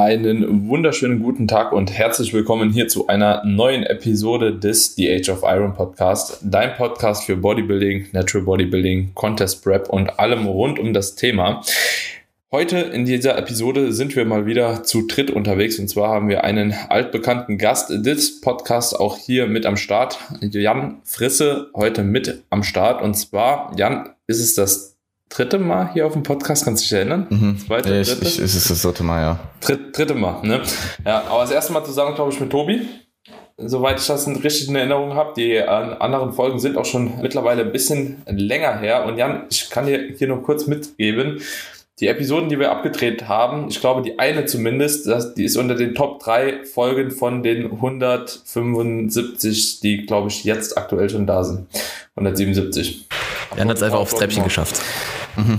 Einen wunderschönen guten Tag und herzlich willkommen hier zu einer neuen Episode des The Age of Iron Podcast, dein Podcast für Bodybuilding, Natural Bodybuilding, Contest Prep und allem rund um das Thema. Heute in dieser Episode sind wir mal wieder zu dritt unterwegs und zwar haben wir einen altbekannten Gast des Podcasts auch hier mit am Start, Jan Frisse, heute mit am Start und zwar, Jan, ist es das dritte Mal hier auf dem Podcast, kannst du dich erinnern? Zweite, dritte? Es ist das dritte Mal, ja. Dritte Mal, ne? Ja, aber das erste Mal zusammen, glaube ich, mit Tobi. Soweit ich das richtig in Erinnerung habe. Die anderen Folgen sind auch schon mittlerweile ein bisschen länger her. Und Jan, ich kann dir hier noch kurz mitgeben, die Episoden, die wir abgedreht haben, ich glaube, die eine zumindest, die ist unter den Top 3 Folgen von den 175, die, glaube ich, jetzt aktuell schon da sind. 177. Jan hat es einfach aufs Treppchen geschafft. Mhm.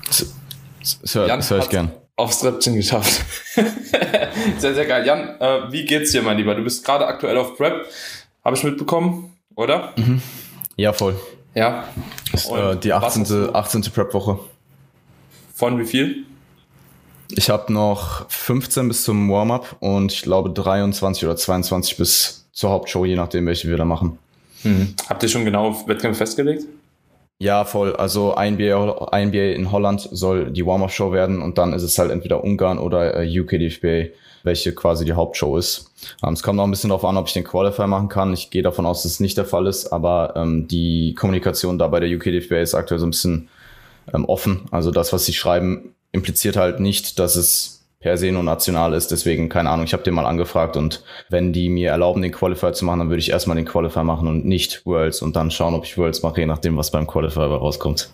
Das hör ich gern. Aufs Treppchen geschafft. Sehr, sehr geil. Jan, wie geht's dir, mein Lieber? Du bist gerade aktuell auf Prep, habe ich mitbekommen, oder? Mhm. Ja, voll. Ja. Ist, die 18. Prep-Woche. Von wie viel? Ich habe noch 15 bis zum Warm-Up und ich glaube 23 oder 22 bis zur Hauptshow, je nachdem, welche wir da machen. Habt ihr schon genau auf Wettkämpfe festgelegt? Ja, voll. Also INBA in Holland soll die Warm-Up-Show werden und dann ist es halt entweder Ungarn oder UKDFBA, welche quasi die Hauptshow ist. Es kommt noch ein bisschen darauf an, ob ich den Qualifier machen kann. Ich gehe davon aus, dass es nicht der Fall ist, aber die Kommunikation da bei der UKDFBA ist aktuell so ein bisschen offen. Also das, was sie schreiben, impliziert halt nicht, dass es per se nur national ist. Deswegen, keine Ahnung, ich habe den mal angefragt und wenn die mir erlauben, den Qualifier zu machen, dann würde ich erstmal den Qualifier machen und nicht Worlds und dann schauen, ob ich Worlds mache, je nachdem, was beim Qualifier rauskommt.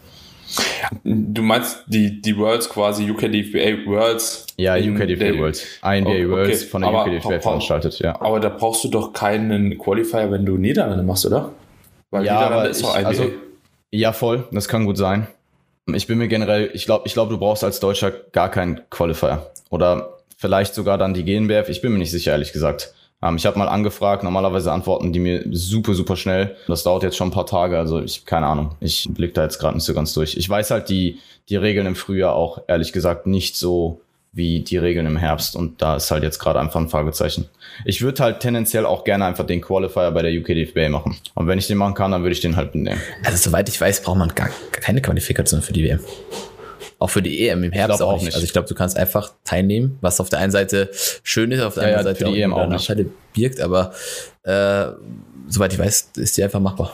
Du meinst die Worlds quasi, UKDFBA Worlds? Ja, UKDFBA Worlds. INBA Worlds von der UKDFBA veranstaltet, ja. Aber da brauchst du doch keinen Qualifier, wenn du Niederlande machst, oder? Weil ja, Niederlande ist doch INBA. Also, ja, voll, das kann gut sein. Ich bin mir generell, ich glaube, du brauchst als Deutscher gar keinen Qualifier. Oder vielleicht sogar dann die GNBF. Ich bin mir nicht sicher, ehrlich gesagt. Ich habe mal angefragt, normalerweise antworten die mir super, super schnell. Das dauert jetzt schon ein paar Tage, also keine Ahnung. Ich blick da jetzt gerade nicht so ganz durch. Ich weiß halt die Regeln im Frühjahr auch, ehrlich gesagt, nicht so wie die Regeln im Herbst. Und da ist halt jetzt gerade einfach ein Fragezeichen. Ich würde halt tendenziell auch gerne einfach den Qualifier bei der UKDFBA machen. Und wenn ich den machen kann, dann würde ich den halt mitnehmen. Also soweit ich weiß, braucht man gar keine Qualifikation für die WM. Auch für die EM im Herbst auch nicht. Also ich glaube, du kannst einfach teilnehmen, was auf der einen Seite schön ist, auf der anderen Seite für die EM auch Nachteile birgt, aber soweit ich weiß, ist die einfach machbar.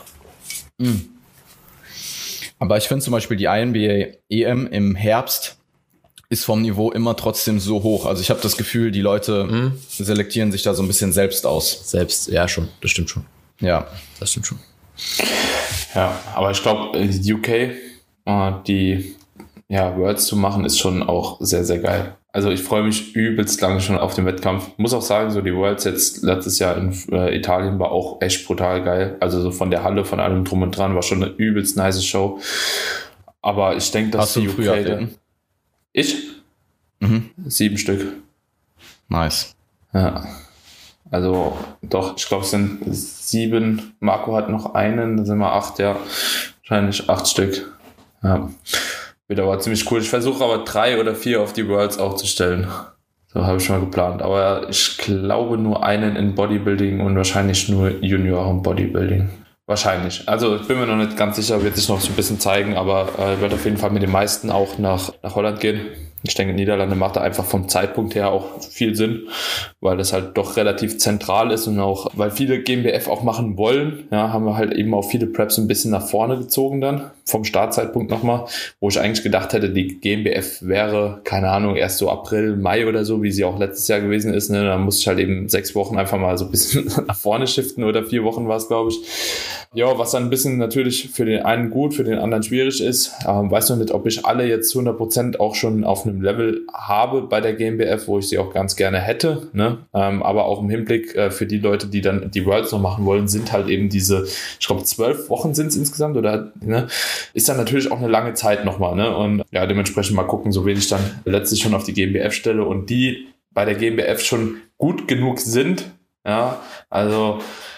Aber ich finde zum Beispiel die INBA EM im Herbst ist vom Niveau immer trotzdem so hoch. Also ich habe das Gefühl, die Leute selektieren sich da so ein bisschen selbst aus. Ja schon, das stimmt schon. Ja. Das stimmt schon. Ja, aber ich glaube, die UK, die Worlds zu machen, ist schon auch sehr, sehr geil. Also ich freue mich übelst lange schon auf den Wettkampf. Muss auch sagen, so die Worlds jetzt letztes Jahr in Italien war auch echt brutal geil. Also so von der Halle, von allem drum und dran, war schon eine übelst nice Show. Aber ich denke, dass die UK... Ich? 7 Stück. Nice. Ja. Also doch, ich glaube, es sind 7. Marco hat noch einen, dann sind wir 8, ja. Wahrscheinlich 8 Stück. Ja. Wird aber ziemlich cool. Ich versuche aber 3 oder 4 auf die Worlds auch zu stellen. So habe ich schon mal geplant. Aber ich glaube nur einen in Bodybuilding und wahrscheinlich nur Junior im Bodybuilding. Wahrscheinlich. Also ich bin mir noch nicht ganz sicher, wird sich noch so ein bisschen zeigen, aber ich werde auf jeden Fall mit den meisten auch nach Holland gehen. Ich denke, Niederlande macht da einfach vom Zeitpunkt her auch viel Sinn, weil das halt doch relativ zentral ist und auch, weil viele GmbF auch machen wollen, ja, haben wir halt eben auch viele Preps ein bisschen nach vorne gezogen dann, vom Startzeitpunkt nochmal, wo ich eigentlich gedacht hätte, die GmbF wäre, keine Ahnung, erst so April, Mai oder so, wie sie auch letztes Jahr gewesen ist, ne, da musste ich halt eben 6 Wochen einfach mal so ein bisschen nach vorne shiften oder 4 Wochen war es, glaube ich. Ja, was dann ein bisschen natürlich für den einen gut, für den anderen schwierig ist. Weiß noch nicht, ob ich alle jetzt 100% auch schon auf einem Level habe bei der GmbF, wo ich sie auch ganz gerne hätte. Ne? Aber auch im Hinblick für die Leute, die dann die Worlds noch machen wollen, sind halt eben diese, ich glaube 12 Wochen sind es insgesamt oder ne? Ist dann natürlich auch eine lange Zeit nochmal. Ne? Und ja, dementsprechend mal gucken, so wen ich dann letztlich schon auf die GmbF stelle und die bei der GmbF schon gut genug sind. Ja, also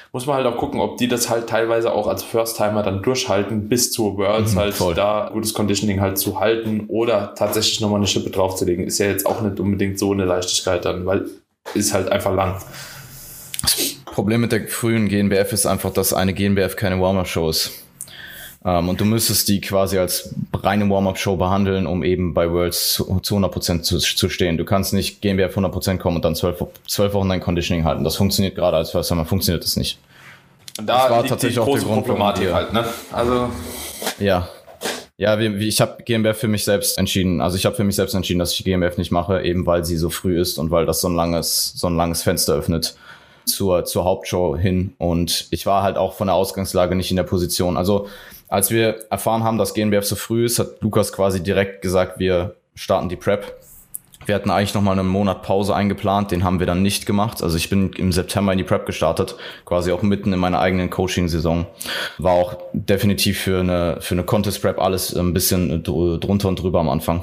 muss man halt auch gucken, ob die das halt teilweise auch als First-Timer dann durchhalten, bis zur Worlds halt voll. Da gutes Conditioning halt zu halten oder tatsächlich nochmal eine Schippe draufzulegen. Ist ja jetzt auch nicht unbedingt so eine Leichtigkeit dann, weil ist halt einfach lang. Das Problem mit der frühen GNBF ist einfach, dass eine GNBF keine Warm-Up-Show ist. Und du müsstest die quasi als reine Warm-Up-Show behandeln, um eben bei Worlds zu 100% zu stehen. Du kannst nicht GNBF 100% kommen und dann 12 Wochen dein Conditioning halten. Das funktioniert gerade als First-Timer, funktioniert das nicht. Und da das war tatsächlich die große auch der Problematik halt, ne? Also ja, ich habe GNBF für mich selbst entschieden. Also ich habe für mich selbst entschieden, dass ich GNBF nicht mache, eben weil sie so früh ist und weil das so ein langes Fenster öffnet zur Hauptshow hin. Und ich war halt auch von der Ausgangslage nicht in der Position. Also als wir erfahren haben, dass GNBF so früh ist, hat Lukas quasi direkt gesagt, wir starten die Prep. Wir hatten eigentlich nochmal einen Monat Pause eingeplant, den haben wir dann nicht gemacht. Also ich bin im September in die Prep gestartet, quasi auch mitten in meiner eigenen Coaching-Saison. War auch definitiv für eine Contest-Prep alles ein bisschen drunter und drüber am Anfang.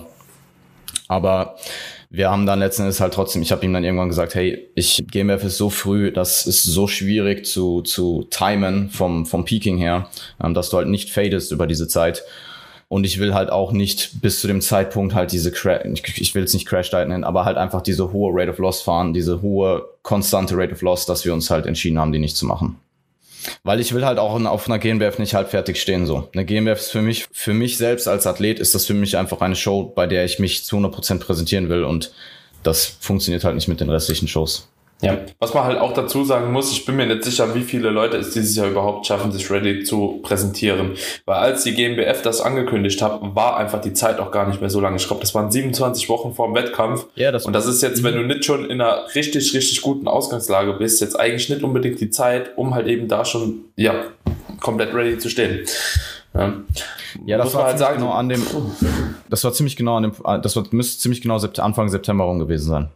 Aber wir haben dann letzten Endes halt trotzdem, ich habe ihm dann irgendwann gesagt, hey, GNBF ist so früh, das ist so schwierig zu timen vom Peaking her, dass du halt nicht fadest über diese Zeit. Und ich will halt auch nicht bis zu dem Zeitpunkt halt ich will es nicht Crash-Diet nennen, aber halt einfach diese hohe Rate of Loss fahren, diese hohe konstante Rate of Loss, dass wir uns halt entschieden haben, die nicht zu machen. Weil ich will halt auch auf einer GNBF nicht halb fertig stehen, so. Eine GNBF ist für mich selbst als Athlet ist das für mich einfach eine Show, bei der ich mich zu 100% präsentieren will und das funktioniert halt nicht mit den restlichen Shows. Ja, was man halt auch dazu sagen muss, ich bin mir nicht sicher, wie viele Leute es dieses Jahr überhaupt schaffen, sich ready zu präsentieren. Weil als die GNBF das angekündigt hat, war einfach die Zeit auch gar nicht mehr so lange. Ich glaube, das waren 27 Wochen vor dem Wettkampf. Ja, und das ist jetzt, wenn du nicht schon in einer richtig, richtig guten Ausgangslage bist, jetzt eigentlich nicht unbedingt die Zeit, um halt eben da schon, komplett ready zu stehen. Ja, das war ziemlich genau müsste ziemlich genau Anfang September rum gewesen sein.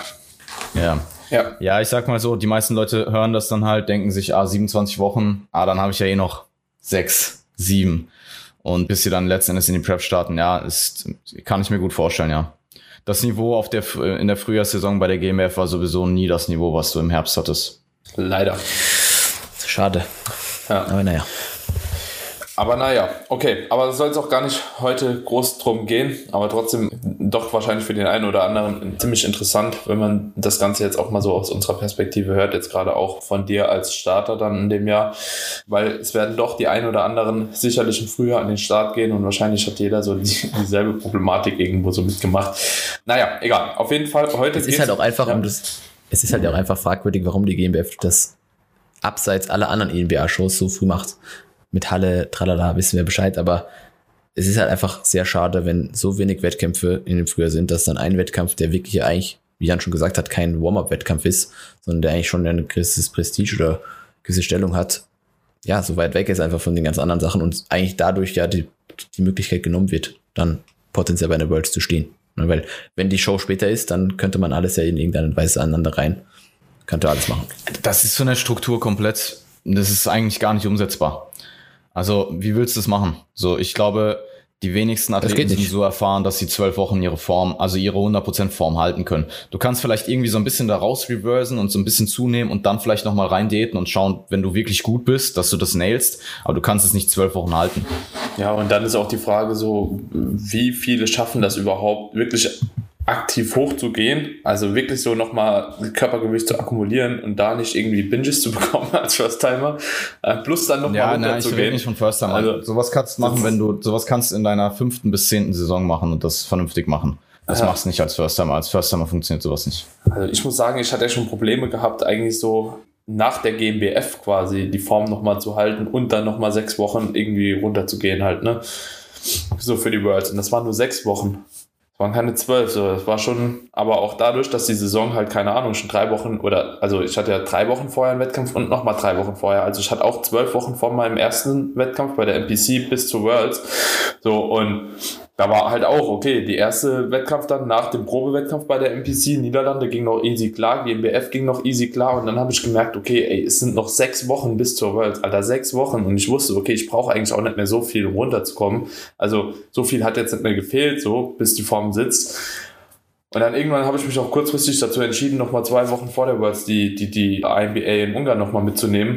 Ja, ich sag mal so, die meisten Leute hören das dann halt, denken sich, 27 Wochen, dann habe ich ja noch 6, 7 und bis sie dann letzten Endes in die Prep starten, kann ich mir gut vorstellen, ja. Das Niveau in der Frühjahrssaison bei der GNBF war sowieso nie das Niveau, was du im Herbst hattest. Leider. Schade. Ja. Aber naja, okay. Aber das soll es auch gar nicht heute groß drum gehen. Aber trotzdem doch wahrscheinlich für den einen oder anderen ziemlich interessant, wenn man das Ganze jetzt auch mal so aus unserer Perspektive hört. Jetzt gerade auch von dir als Starter dann in dem Jahr. Weil es werden doch die ein oder anderen sicherlich im Frühjahr an den Start gehen. Und wahrscheinlich hat jeder so dieselbe Problematik irgendwo so mitgemacht. Naja, egal. Auf jeden Fall, heute es ist halt auch einfach, es ist halt auch einfach fragwürdig, warum die GNBF das abseits aller anderen ENBA-Shows so früh macht. Mit Halle, tralala, wissen wir Bescheid, aber es ist halt einfach sehr schade, wenn so wenig Wettkämpfe in dem Frühjahr sind, dass dann ein Wettkampf, der wirklich eigentlich, wie Jan schon gesagt hat, kein Warm-Up-Wettkampf ist, sondern der eigentlich schon ein gewisses Prestige oder gewisse Stellung hat, so weit weg ist einfach von den ganz anderen Sachen und eigentlich dadurch die Möglichkeit genommen wird, dann potenziell bei einer Worlds zu stehen. Weil wenn die Show später ist, dann könnte man alles ja in irgendeiner Weise aneinander rein. Könnte alles machen. Das ist so eine Struktur komplett, das ist eigentlich gar nicht umsetzbar. Also, wie willst du das machen? So, ich glaube, die wenigsten Athleten sind so erfahren, dass sie 12 Wochen ihre 100% Form halten können. Du kannst vielleicht irgendwie so ein bisschen da raus reversen und so ein bisschen zunehmen und dann vielleicht nochmal rein diäten und schauen, wenn du wirklich gut bist, dass du das nailst, aber du kannst es nicht 12 Wochen halten. Ja, und dann ist auch die Frage so, wie viele schaffen das überhaupt wirklich aktiv hochzugehen, also wirklich so nochmal Körpergewicht zu akkumulieren und da nicht irgendwie Binges zu bekommen als First-Timer, plus dann nochmal runterzugehen. Ich rede nicht von First-Timer. Also, sowas kannst du machen, sowas kannst du in deiner 5. bis 10. Saison machen und das vernünftig machen. Das machst du nicht als First-Timer. Als First-Timer funktioniert sowas nicht. Also ich muss sagen, ich hatte ja schon Probleme gehabt, eigentlich so nach der GmbF quasi die Form nochmal zu halten und dann nochmal 6 Wochen irgendwie runterzugehen halt, ne? So für die Worlds. Und das waren nur 6 Wochen. waren keine 12, so, das war schon, aber auch dadurch, dass die Saison halt, keine Ahnung, schon 3 Wochen also ich hatte ja 3 Wochen vorher einen Wettkampf und nochmal 3 Wochen vorher, also ich hatte auch 12 Wochen vor meinem ersten Wettkampf bei der NPC bis zur Worlds, so, und da war halt auch, okay, die erste Wettkampf dann nach dem Probewettkampf bei der NPC, Niederlande ging noch easy klar, GmbF ging noch easy klar und dann habe ich gemerkt, okay, ey, es sind noch 6 Wochen bis zur Worlds, Alter, 6 Wochen und ich wusste, okay, ich brauche eigentlich auch nicht mehr so viel, um runterzukommen, also so viel hat jetzt nicht mehr gefehlt, so, bis die Form sitzt. Und dann irgendwann habe ich mich auch kurzfristig dazu entschieden, nochmal 2 Wochen vor der Worlds die INBA in Ungarn nochmal mitzunehmen.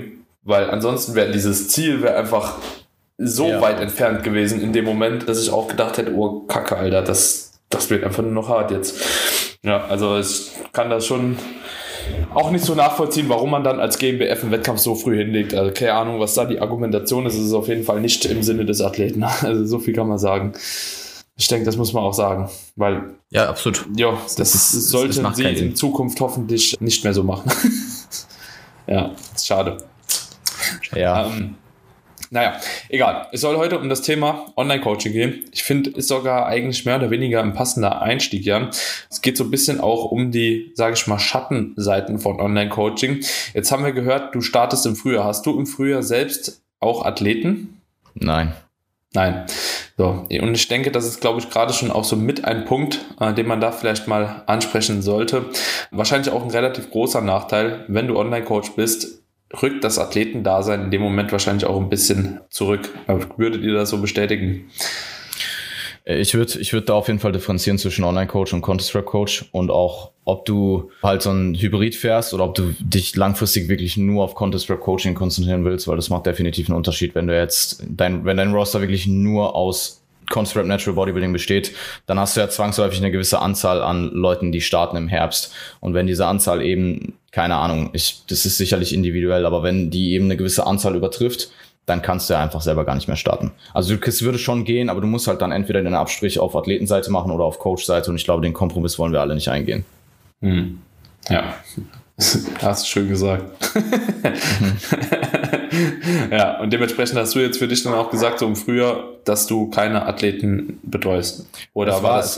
Weil ansonsten wäre dieses Ziel einfach so weit entfernt gewesen in dem Moment, dass ich auch gedacht hätte, oh Kacke, Alter, das wird einfach nur noch hart jetzt. Ja, also ich kann das schon auch nicht so nachvollziehen, warum man dann als GmbF einen Wettkampf so früh hinlegt. Also keine Ahnung, was da die Argumentation ist. Es ist auf jeden Fall nicht im Sinne des Athleten. Also so viel kann man sagen. Ich denke, das muss man auch sagen, weil ja, absolut. Ja, das sollten sie in Zukunft hoffentlich nicht mehr so machen. Ja, ist schade. Ja. Naja, egal. Es soll heute um das Thema Online-Coaching gehen. Ich finde, ist sogar eigentlich mehr oder weniger ein passender Einstieg, Jan. Es geht so ein bisschen auch um die, sage ich mal, Schattenseiten von Online-Coaching. Jetzt haben wir gehört, du startest im Frühjahr. Hast du im Frühjahr selbst auch Athleten? Nein. So, und ich denke, das ist, glaube ich, gerade schon auch so mit ein Punkt, den man da vielleicht mal ansprechen sollte. Wahrscheinlich auch ein relativ großer Nachteil, wenn du Online-Coach bist, rückt das Athletendasein in dem Moment wahrscheinlich auch ein bisschen zurück. Würdet ihr das so bestätigen? Ich würd da auf jeden Fall differenzieren zwischen Online-Coach und Contest-Prep-Coach und auch, ob du halt so ein Hybrid fährst oder ob du dich langfristig wirklich nur auf Contest-Prep-Coaching konzentrieren willst, weil das macht definitiv einen Unterschied, wenn du jetzt wenn dein Roster wirklich nur aus Contest-Prep Natural Bodybuilding besteht, dann hast du ja zwangsläufig eine gewisse Anzahl an Leuten, die starten im Herbst. Und wenn diese Anzahl eben, keine Ahnung, das ist sicherlich individuell, aber wenn die eben eine gewisse Anzahl übertrifft, dann kannst du ja einfach selber gar nicht mehr starten. Also es würde schon gehen, aber du musst halt dann entweder den Abstrich auf Athletenseite machen oder auf Coach-Seite und ich glaube, den Kompromiss wollen wir alle nicht eingehen. Ja, hast du schön gesagt. Ja, und dementsprechend hast du jetzt für dich dann auch gesagt, so im Frühjahr, dass du keine Athleten betreust. Oder es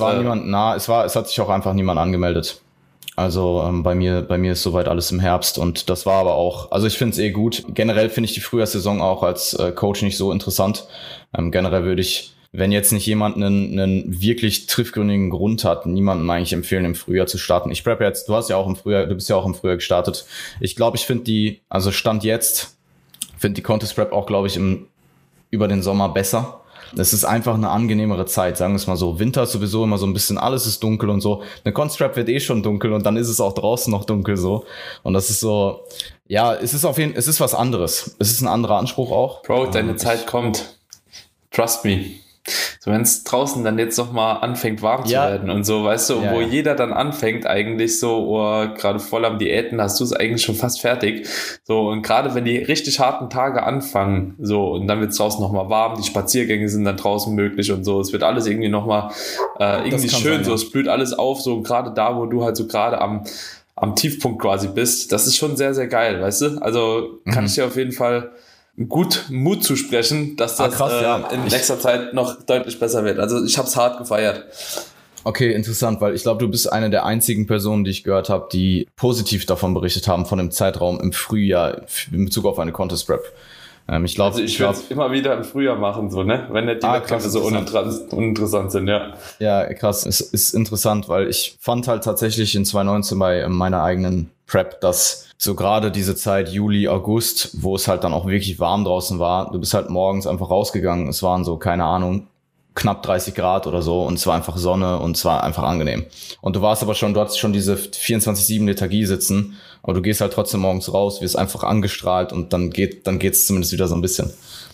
hat sich auch einfach niemand angemeldet. Also bei mir ist soweit alles im Herbst und das war aber auch, also ich finde es gut. Generell finde ich die Frühjahrssaison auch als Coach nicht so interessant. Generell würde ich, wenn jetzt nicht jemand einen wirklich triffgründigen Grund hat, niemandem eigentlich empfehlen, im Frühjahr zu starten. Ich preppe jetzt, du bist ja auch im Frühjahr gestartet. Ich glaube, ich finde Stand jetzt, finde die Contest Prep auch, glaube ich, über den Sommer besser. Es ist einfach eine angenehmere Zeit, sagen wir es mal so. Winter ist sowieso immer so ein bisschen, alles ist dunkel und so. Eine Contest Prep wird schon dunkel und dann ist es auch draußen noch dunkel so. Und das ist so, ja, es ist was anderes. Es ist ein anderer Anspruch auch. Bro, deine Zeit kommt. Trust me. So, wenn es draußen dann jetzt noch mal anfängt warm zu werden und so, weißt du, wo jeder dann anfängt eigentlich so, gerade voll am Diäten, hast du es eigentlich schon fast fertig. So, und gerade wenn die richtig harten Tage anfangen, so, und dann wird es draußen noch mal warm, die Spaziergänge sind dann draußen möglich und so, es wird alles irgendwie noch mal irgendwie schön, so, es blüht alles auf, so, gerade da, wo du halt so gerade am Tiefpunkt quasi bist, das ist schon sehr, sehr geil, weißt du? Also kann ich dir auf jeden Fall gut Mut zu sprechen, dass das in nächster Zeit noch deutlich besser wird. Also ich habe es hart gefeiert. Okay, interessant, weil ich glaube, du bist eine der einzigen Personen, die ich gehört habe, die positiv davon berichtet haben, von dem Zeitraum im Frühjahr in Bezug auf eine Contest Prep. Ich würde es immer wieder im Frühjahr machen, so, ne? Wenn nicht die Wettkämpfe so uninteressant sind, ja. Ja, krass. Es ist interessant, weil ich fand halt tatsächlich in 2019 bei meiner eigenen Prep, dass so gerade diese Zeit Juli, August, wo es halt dann auch wirklich warm draußen war, du bist halt morgens einfach rausgegangen, es waren so, keine Ahnung, knapp 30 Grad oder so und es war einfach Sonne und es war einfach angenehm. Und du hattest schon diese 24/7 Lethargie sitzen, aber du gehst halt trotzdem morgens raus, wirst einfach angestrahlt und dann geht's zumindest wieder so ein bisschen.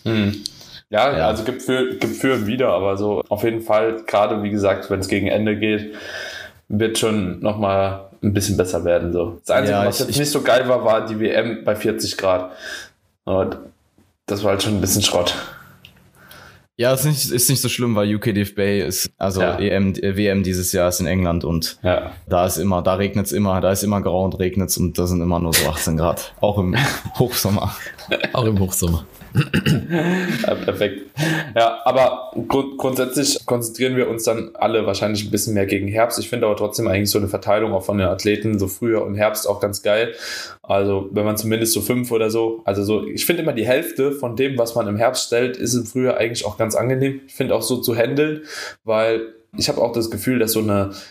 Ja, also gibt für und wieder, aber so auf jeden Fall, gerade wie gesagt, wenn es gegen Ende geht, wird schon nochmal ein bisschen besser werden. So. Das Einzige, was jetzt nicht so geil war die WM bei 40 Grad. Und das war halt schon ein bisschen Schrott. Ja, ist nicht so schlimm, weil UK DFB ist, WM dieses Jahr ist in England und da regnet es immer, da ist immer grau und regnet es und da sind immer nur so 18 Grad. Auch im Hochsommer. Auch im Hochsommer. Ja, perfekt. Ja, aber grundsätzlich konzentrieren wir uns dann alle wahrscheinlich ein bisschen mehr gegen Herbst. Ich finde aber trotzdem eigentlich so eine Verteilung auch von den Athleten, so Frühjahr und Herbst auch ganz geil. Also wenn man zumindest so 5 oder so, also so, ich finde immer die Hälfte von dem, was man im Herbst stellt, ist im Frühjahr eigentlich auch ganz angenehm. Ich finde auch so zu handeln, weil ich habe auch das Gefühl, dass so eine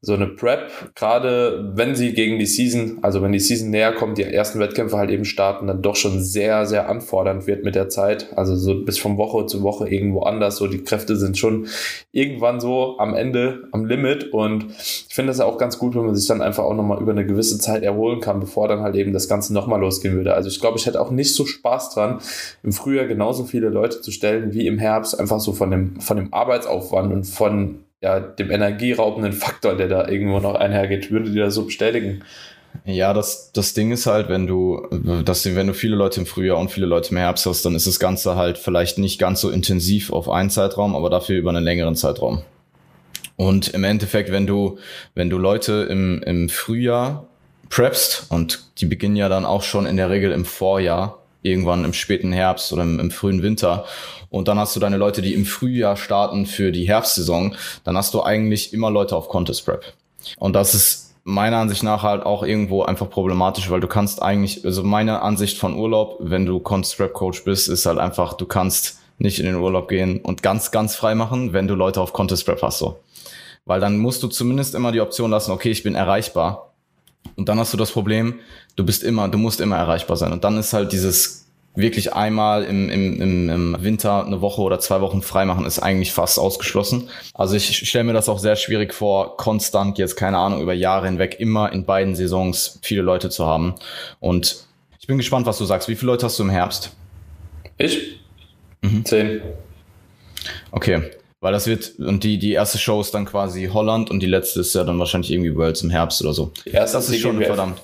so eine Prep, gerade wenn sie gegen die Season, also wenn die Season näher kommt, die ersten Wettkämpfe halt eben starten, dann doch schon sehr, sehr anfordernd wird mit der Zeit. Also so bis von Woche zu Woche irgendwo anders. So die Kräfte sind schon irgendwann so am Ende, am Limit. Und ich finde das auch ganz gut, wenn man sich dann einfach auch nochmal über eine gewisse Zeit erholen kann, bevor dann halt eben das Ganze nochmal losgehen würde. Also ich glaube, ich hätte auch nicht so Spaß dran, im Frühjahr genauso viele Leute zu stellen wie im Herbst, einfach so von dem Arbeitsaufwand und von dem energieraubenden Faktor, der da irgendwo noch einhergeht. Würde dir das so bestätigen? Ja, das Ding ist halt, wenn du viele Leute im Frühjahr und viele Leute im Herbst hast, dann ist das Ganze halt vielleicht nicht ganz so intensiv auf einen Zeitraum, aber dafür über einen längeren Zeitraum. Und im Endeffekt, wenn du Leute im Frühjahr preppst, und die beginnen ja dann auch schon in der Regel im Vorjahr, irgendwann im späten Herbst oder im frühen Winter, und dann hast du deine Leute, die im Frühjahr starten für die Herbstsaison, dann hast du eigentlich immer Leute auf Contest Prep. Und das ist meiner Ansicht nach halt auch irgendwo einfach problematisch, weil du kannst eigentlich, also meine Ansicht von Urlaub, wenn du Contest Prep Coach bist, ist halt einfach, du kannst nicht in den Urlaub gehen und ganz, ganz frei machen, wenn du Leute auf Contest Prep hast, so. Weil dann musst du zumindest immer die Option lassen, okay, ich bin erreichbar. Und dann hast du das Problem, du musst immer erreichbar sein. Und dann ist halt dieses wirklich einmal im Winter eine Woche oder 2 Wochen freimachen ist eigentlich fast ausgeschlossen. Also ich stelle mir das auch sehr schwierig vor, konstant jetzt, keine Ahnung, über Jahre hinweg immer in beiden Saisons viele Leute zu haben. Und ich bin gespannt, was du sagst. Wie viele Leute hast du im Herbst? Ich? 10. Okay, weil das wird, und die erste Show ist dann quasi Holland und die letzte ist ja dann wahrscheinlich irgendwie Worlds im Herbst oder so. Das ist schon verdammt.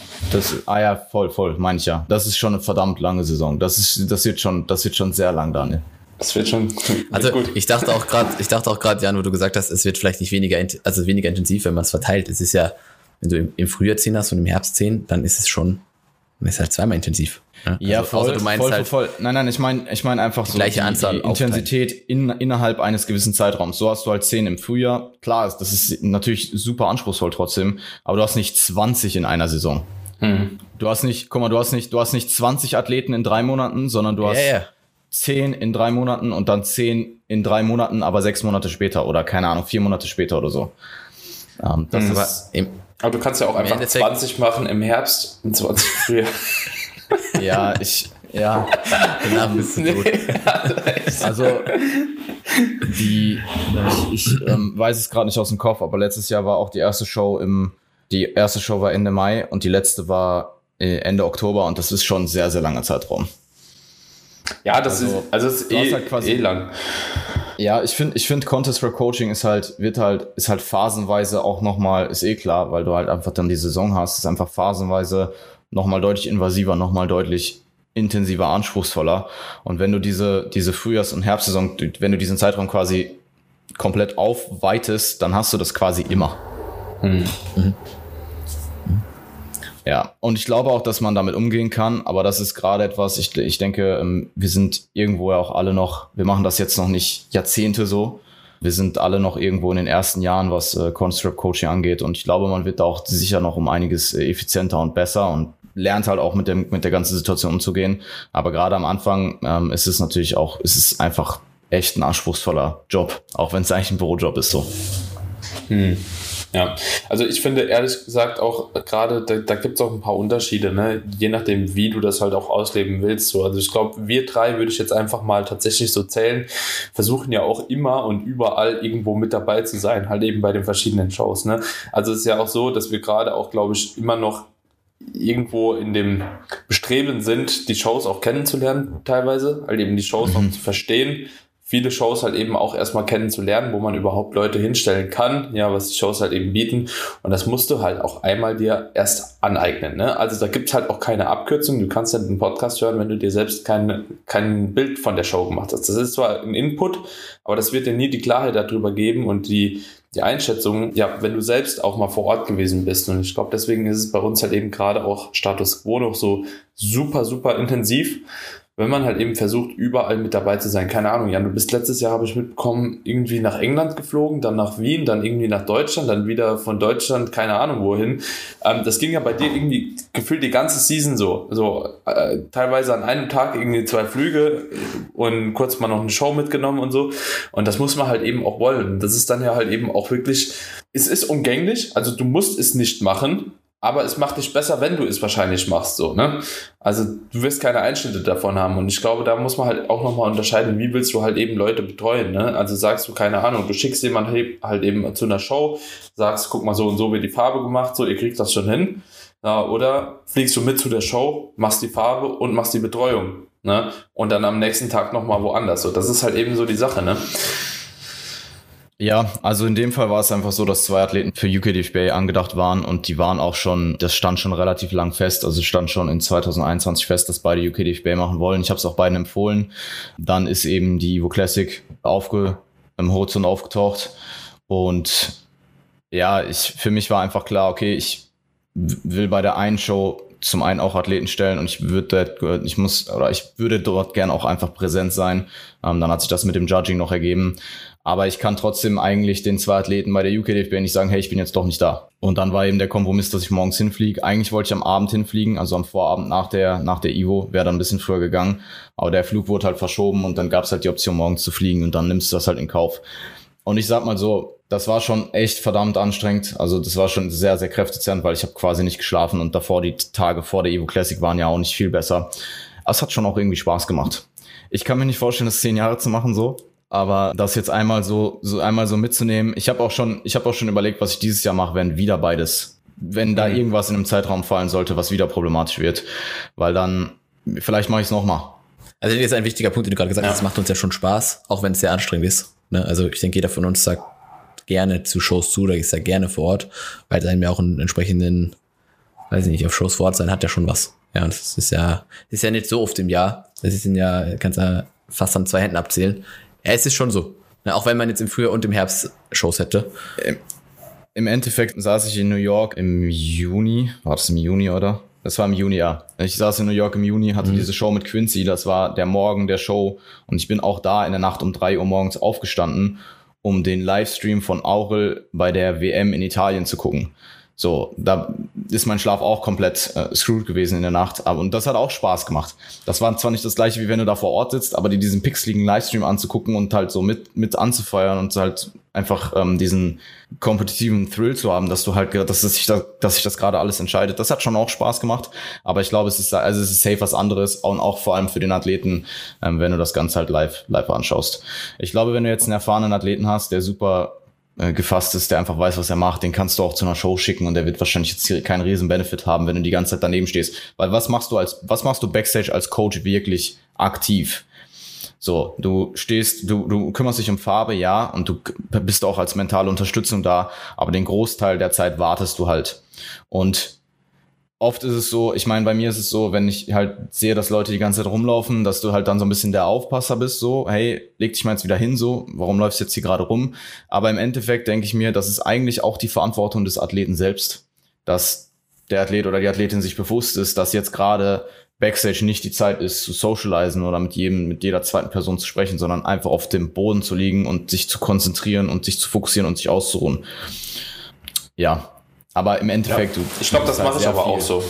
Voll, meine ich ja. Das ist schon eine verdammt lange Saison. Das wird schon sehr lang, Daniel. Das wird schon also gut. Ich dachte auch gerade, Jan, wo du gesagt hast, es wird vielleicht nicht weniger intensiv, wenn man es verteilt. Es ist ja, wenn du im Frühjahr 10 hast und im Herbst 10, dann ist es schon, dann ist halt zweimal intensiv. Ja, also, voll, du meinst voll. Nein, ich meine einfach so gleiche Anzahl die Intensität innerhalb eines gewissen Zeitraums. So hast du halt 10 im Frühjahr. Klar, das ist natürlich super anspruchsvoll trotzdem, aber du hast nicht 20 in einer Saison. Du hast nicht 20 Athleten in 3 Monaten, sondern du hast 10 in 3 Monaten und dann 10 in 3 Monaten, aber 6 Monate später oder keine Ahnung, 4 Monate später oder so. Aber du kannst ja auch einfach 20 machen im Herbst und 20 früher. Ja, genau, bist du gut. Also, ich weiß es gerade nicht aus dem Kopf, aber letztes Jahr war auch die erste Show war Ende Mai und die letzte war Ende Oktober, und das ist schon ein sehr, sehr langer Zeitraum. Ja, das ist halt lang. Ja, ich finde Contest Prep Coaching ist halt phasenweise auch nochmal, ist klar, weil du halt einfach dann die Saison hast, ist einfach phasenweise nochmal deutlich invasiver, nochmal deutlich intensiver, anspruchsvoller. Und wenn du diese Frühjahrs- und Herbstsaison, wenn du diesen Zeitraum quasi komplett aufweitest, dann hast du das quasi immer. Ja, und ich glaube auch, dass man damit umgehen kann, aber das ist gerade etwas, ich denke, wir sind irgendwo ja auch alle noch, wir machen das jetzt noch nicht Jahrzehnte so, wir sind alle noch irgendwo in den ersten Jahren, was Contest Prep Coaching angeht, und ich glaube, man wird da auch sicher noch um einiges effizienter und besser und lernt halt auch mit der ganzen Situation umzugehen, aber gerade am Anfang ist es natürlich auch, es ist einfach echt ein anspruchsvoller Job, auch wenn es eigentlich ein Bürojob ist so. Ja, also ich finde ehrlich gesagt auch gerade, da gibt es auch ein paar Unterschiede, ne? Je nachdem, wie du das halt auch ausleben willst. So. Also ich glaube, wir 3 würde ich jetzt einfach mal tatsächlich so zählen, versuchen ja auch immer und überall irgendwo mit dabei zu sein, halt eben bei den verschiedenen Shows. Ne? Also es ist ja auch so, dass wir gerade auch, glaube ich, immer noch irgendwo in dem Bestreben sind, die Shows auch kennenzulernen teilweise, halt eben die Shows auch zu verstehen, viele Shows halt eben auch erstmal kennenzulernen, wo man überhaupt Leute hinstellen kann, ja, was die Shows halt eben bieten, und das musst du halt auch einmal dir erst aneignen, ne? Also da gibt's halt auch keine Abkürzung, du kannst ja den Podcast hören, wenn du dir selbst kein Bild von der Show gemacht hast. Das ist zwar ein Input, aber das wird dir nie die Klarheit darüber geben und die Einschätzung, ja, wenn du selbst auch mal vor Ort gewesen bist. Und ich glaube, deswegen ist es bei uns halt eben gerade auch Status Quo noch so super, super intensiv, wenn man halt eben versucht, überall mit dabei zu sein. Keine Ahnung, Jan, du bist letztes Jahr, habe ich mitbekommen, irgendwie nach England geflogen, dann nach Wien, dann irgendwie nach Deutschland, dann wieder von Deutschland, keine Ahnung wohin. Das ging ja bei dir irgendwie gefühlt die ganze Season so. Teilweise an einem Tag irgendwie 2 Flüge und kurz mal noch eine Show mitgenommen und so. Und das muss man halt eben auch wollen. Das ist dann ja halt eben auch wirklich, es ist umgänglich, also du musst es nicht machen, aber es macht dich besser, wenn du es wahrscheinlich machst, so, ne? Also du wirst keine Einschnitte davon haben und ich glaube, da muss man halt auch nochmal unterscheiden, wie willst du halt eben Leute betreuen, ne? Also sagst du, keine Ahnung, du schickst jemanden halt eben zu einer Show, sagst, guck mal, so und so wird die Farbe gemacht, so, ihr kriegt das schon hin, ja, oder fliegst du mit zu der Show, machst die Farbe und machst die Betreuung, ne? Und dann am nächsten Tag nochmal woanders, so, das ist halt eben so die Sache, ne? Ja, also in dem Fall war es einfach so, dass 2 Athleten für UKDFBA angedacht waren und die waren auch schon, das stand schon relativ lang fest, also stand schon in 2021 fest, dass beide UKDFBA machen wollen. Ich habe es auch beiden empfohlen. Dann ist eben die Evo Classic im Horizont aufgetaucht und ja, für mich war einfach klar, okay, ich will bei der einen Show zum einen auch Athleten stellen und ich würde dort gern auch einfach präsent sein. Dann hat sich das mit dem Judging noch ergeben. Aber ich kann trotzdem eigentlich den 2 Athleten bei der UKDFBA nicht sagen, hey, ich bin jetzt doch nicht da. Und dann war eben der Kompromiss, dass ich morgens hinfliege. Eigentlich wollte ich am Abend hinfliegen, also am Vorabend nach der Evo, wäre dann ein bisschen früher gegangen. Aber der Flug wurde halt verschoben und dann gab es halt die Option, morgens zu fliegen und dann nimmst du das halt in Kauf. Und ich sag mal so, das war schon echt verdammt anstrengend. Also das war schon sehr, sehr kräftezehrend, weil ich habe quasi nicht geschlafen und davor, die Tage vor der Evo Classic waren ja auch nicht viel besser. Aber es hat schon auch irgendwie Spaß gemacht. Ich kann mir nicht vorstellen, das 10 Jahre zu machen so. Aber das jetzt einmal so mitzunehmen, ich habe auch schon überlegt, was ich dieses Jahr mache, wenn da irgendwas in einem Zeitraum fallen sollte, was wieder problematisch wird, weil dann vielleicht mache ich es nochmal. Also das ist ein wichtiger Punkt, den du gerade gesagt hast, es macht uns ja schon Spaß, auch wenn es sehr anstrengend ist. Ne? Also ich denke, jeder von uns sagt gerne zu Shows zu, oder ist ja gerne vor Ort, weil es einem ja auch einen entsprechenden, weiß ich nicht, auf Shows vor Ort sein hat ja schon was. Ja, und das ist ja nicht so oft im Jahr. Das sind ja, kannst du fast an 2 Händen abzählen. Ja, es ist schon so. Auch wenn man jetzt im Frühjahr und im Herbst Shows hätte. Im Endeffekt saß ich in New York im Juni. War das im Juni, oder? Das war im Juni, ja. Ich saß in New York im Juni, hatte diese Show mit Quincy. Das war der Morgen der Show. Und ich bin auch da in der Nacht um 3 Uhr morgens aufgestanden, um den Livestream von Aurel bei der WM in Italien zu gucken. So, da ist mein Schlaf auch komplett screwed gewesen in der Nacht. Und das hat auch Spaß gemacht. Das war zwar nicht das gleiche, wie wenn du da vor Ort sitzt, aber diesen pixeligen Livestream anzugucken und halt so mit anzufeuern und halt einfach diesen kompetitiven Thrill zu haben, dass sich das gerade alles entscheidet. Das hat schon auch Spaß gemacht. Aber ich glaube, es ist safe was anderes und auch vor allem für den Athleten, wenn du das Ganze halt live anschaust. Ich glaube, wenn du jetzt einen erfahrenen Athleten hast, der super gefasst ist, der einfach weiß, was er macht, den kannst du auch zu einer Show schicken und der wird wahrscheinlich jetzt keinen riesen Benefit haben, wenn du die ganze Zeit daneben stehst. Weil was machst du Backstage als Coach wirklich aktiv? So, du kümmerst dich um Farbe, ja, und du bist auch als mentale Unterstützung da, aber den Großteil der Zeit wartest du halt. Und oft ist es so, ich meine, bei mir ist es so, wenn ich halt sehe, dass Leute die ganze Zeit rumlaufen, dass du halt dann so ein bisschen der Aufpasser bist, so, hey, leg dich mal jetzt wieder hin, so, warum läufst du jetzt hier gerade rum? Aber im Endeffekt denke ich mir, das ist eigentlich auch die Verantwortung des Athleten selbst, dass der Athlet oder die Athletin sich bewusst ist, dass jetzt gerade Backstage nicht die Zeit ist, zu socialisen oder mit jeder zweiten Person zu sprechen, sondern einfach auf dem Boden zu liegen und sich zu konzentrieren und sich zu fokussieren und sich auszuruhen. Ja. Aber im Endeffekt, ich glaube, das mache ich aber auch so.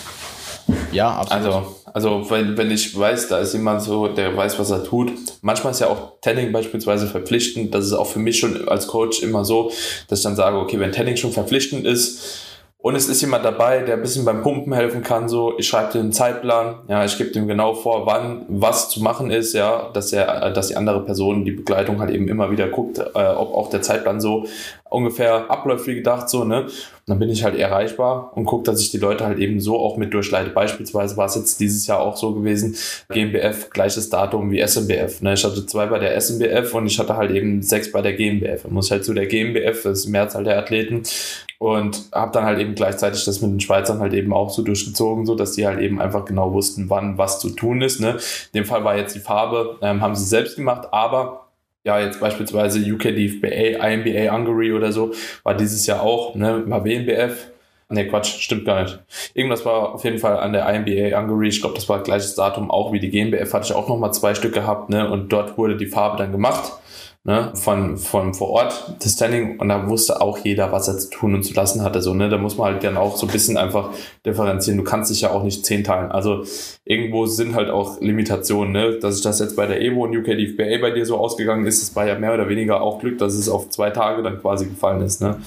Ja, absolut. Also wenn ich weiß, da ist jemand so, der weiß, was er tut. Manchmal ist ja auch Tanning beispielsweise verpflichtend. Das ist auch für mich schon als Coach immer so, dass ich dann sage, okay, wenn Tanning schon verpflichtend ist und es ist jemand dabei, der ein bisschen beim Pumpen helfen kann, so, ich schreibe dir einen Zeitplan, ja, ich gebe dem genau vor, wann was zu machen ist, ja, dass die andere Person, die Begleitung halt eben immer wieder guckt, ob auch der Zeitplan so ungefähr abläuft wie gedacht, so, ne, und dann bin ich halt erreichbar und gucke, dass ich die Leute halt eben so auch mit durchleite. Beispielsweise war es jetzt dieses Jahr auch so gewesen, GmbF, gleiches Datum wie SMBF, ne, ich hatte 2 bei der SMBF und ich hatte halt eben 6 bei der GmbF. Dann muss ich halt zu der GmbF, das ist die Mehrzahl der Athleten, und habe dann halt eben gleichzeitig das mit den Schweizern halt eben auch so durchgezogen, so dass die halt eben einfach genau wussten, wann was zu tun ist, ne. In dem Fall war jetzt die Farbe, haben sie selbst gemacht, aber ja, jetzt beispielsweise UKDFBA, INBA Hungary oder so, war dieses Jahr auch, ne, war WNBF, Ne, Quatsch, stimmt gar nicht. Irgendwas war auf jeden Fall an der INBA angereached. Ich glaube, das war gleiches Datum auch wie die GmbF, hatte ich auch nochmal 2 Stück gehabt, ne? Und dort wurde die Farbe dann gemacht, ne? Von vor Ort, das Standing, und da wusste auch jeder, was er zu tun und zu lassen hatte, so, ne? Da muss man halt dann auch so ein bisschen einfach differenzieren. Du kannst dich ja auch nicht 10 teilen. Also irgendwo sind halt auch Limitationen, ne? Dass sich das jetzt bei der EVO und UKDFBA bei dir so ausgegangen ist, das war ja mehr oder weniger auch Glück, dass es auf 2 Tage dann quasi gefallen ist, ne?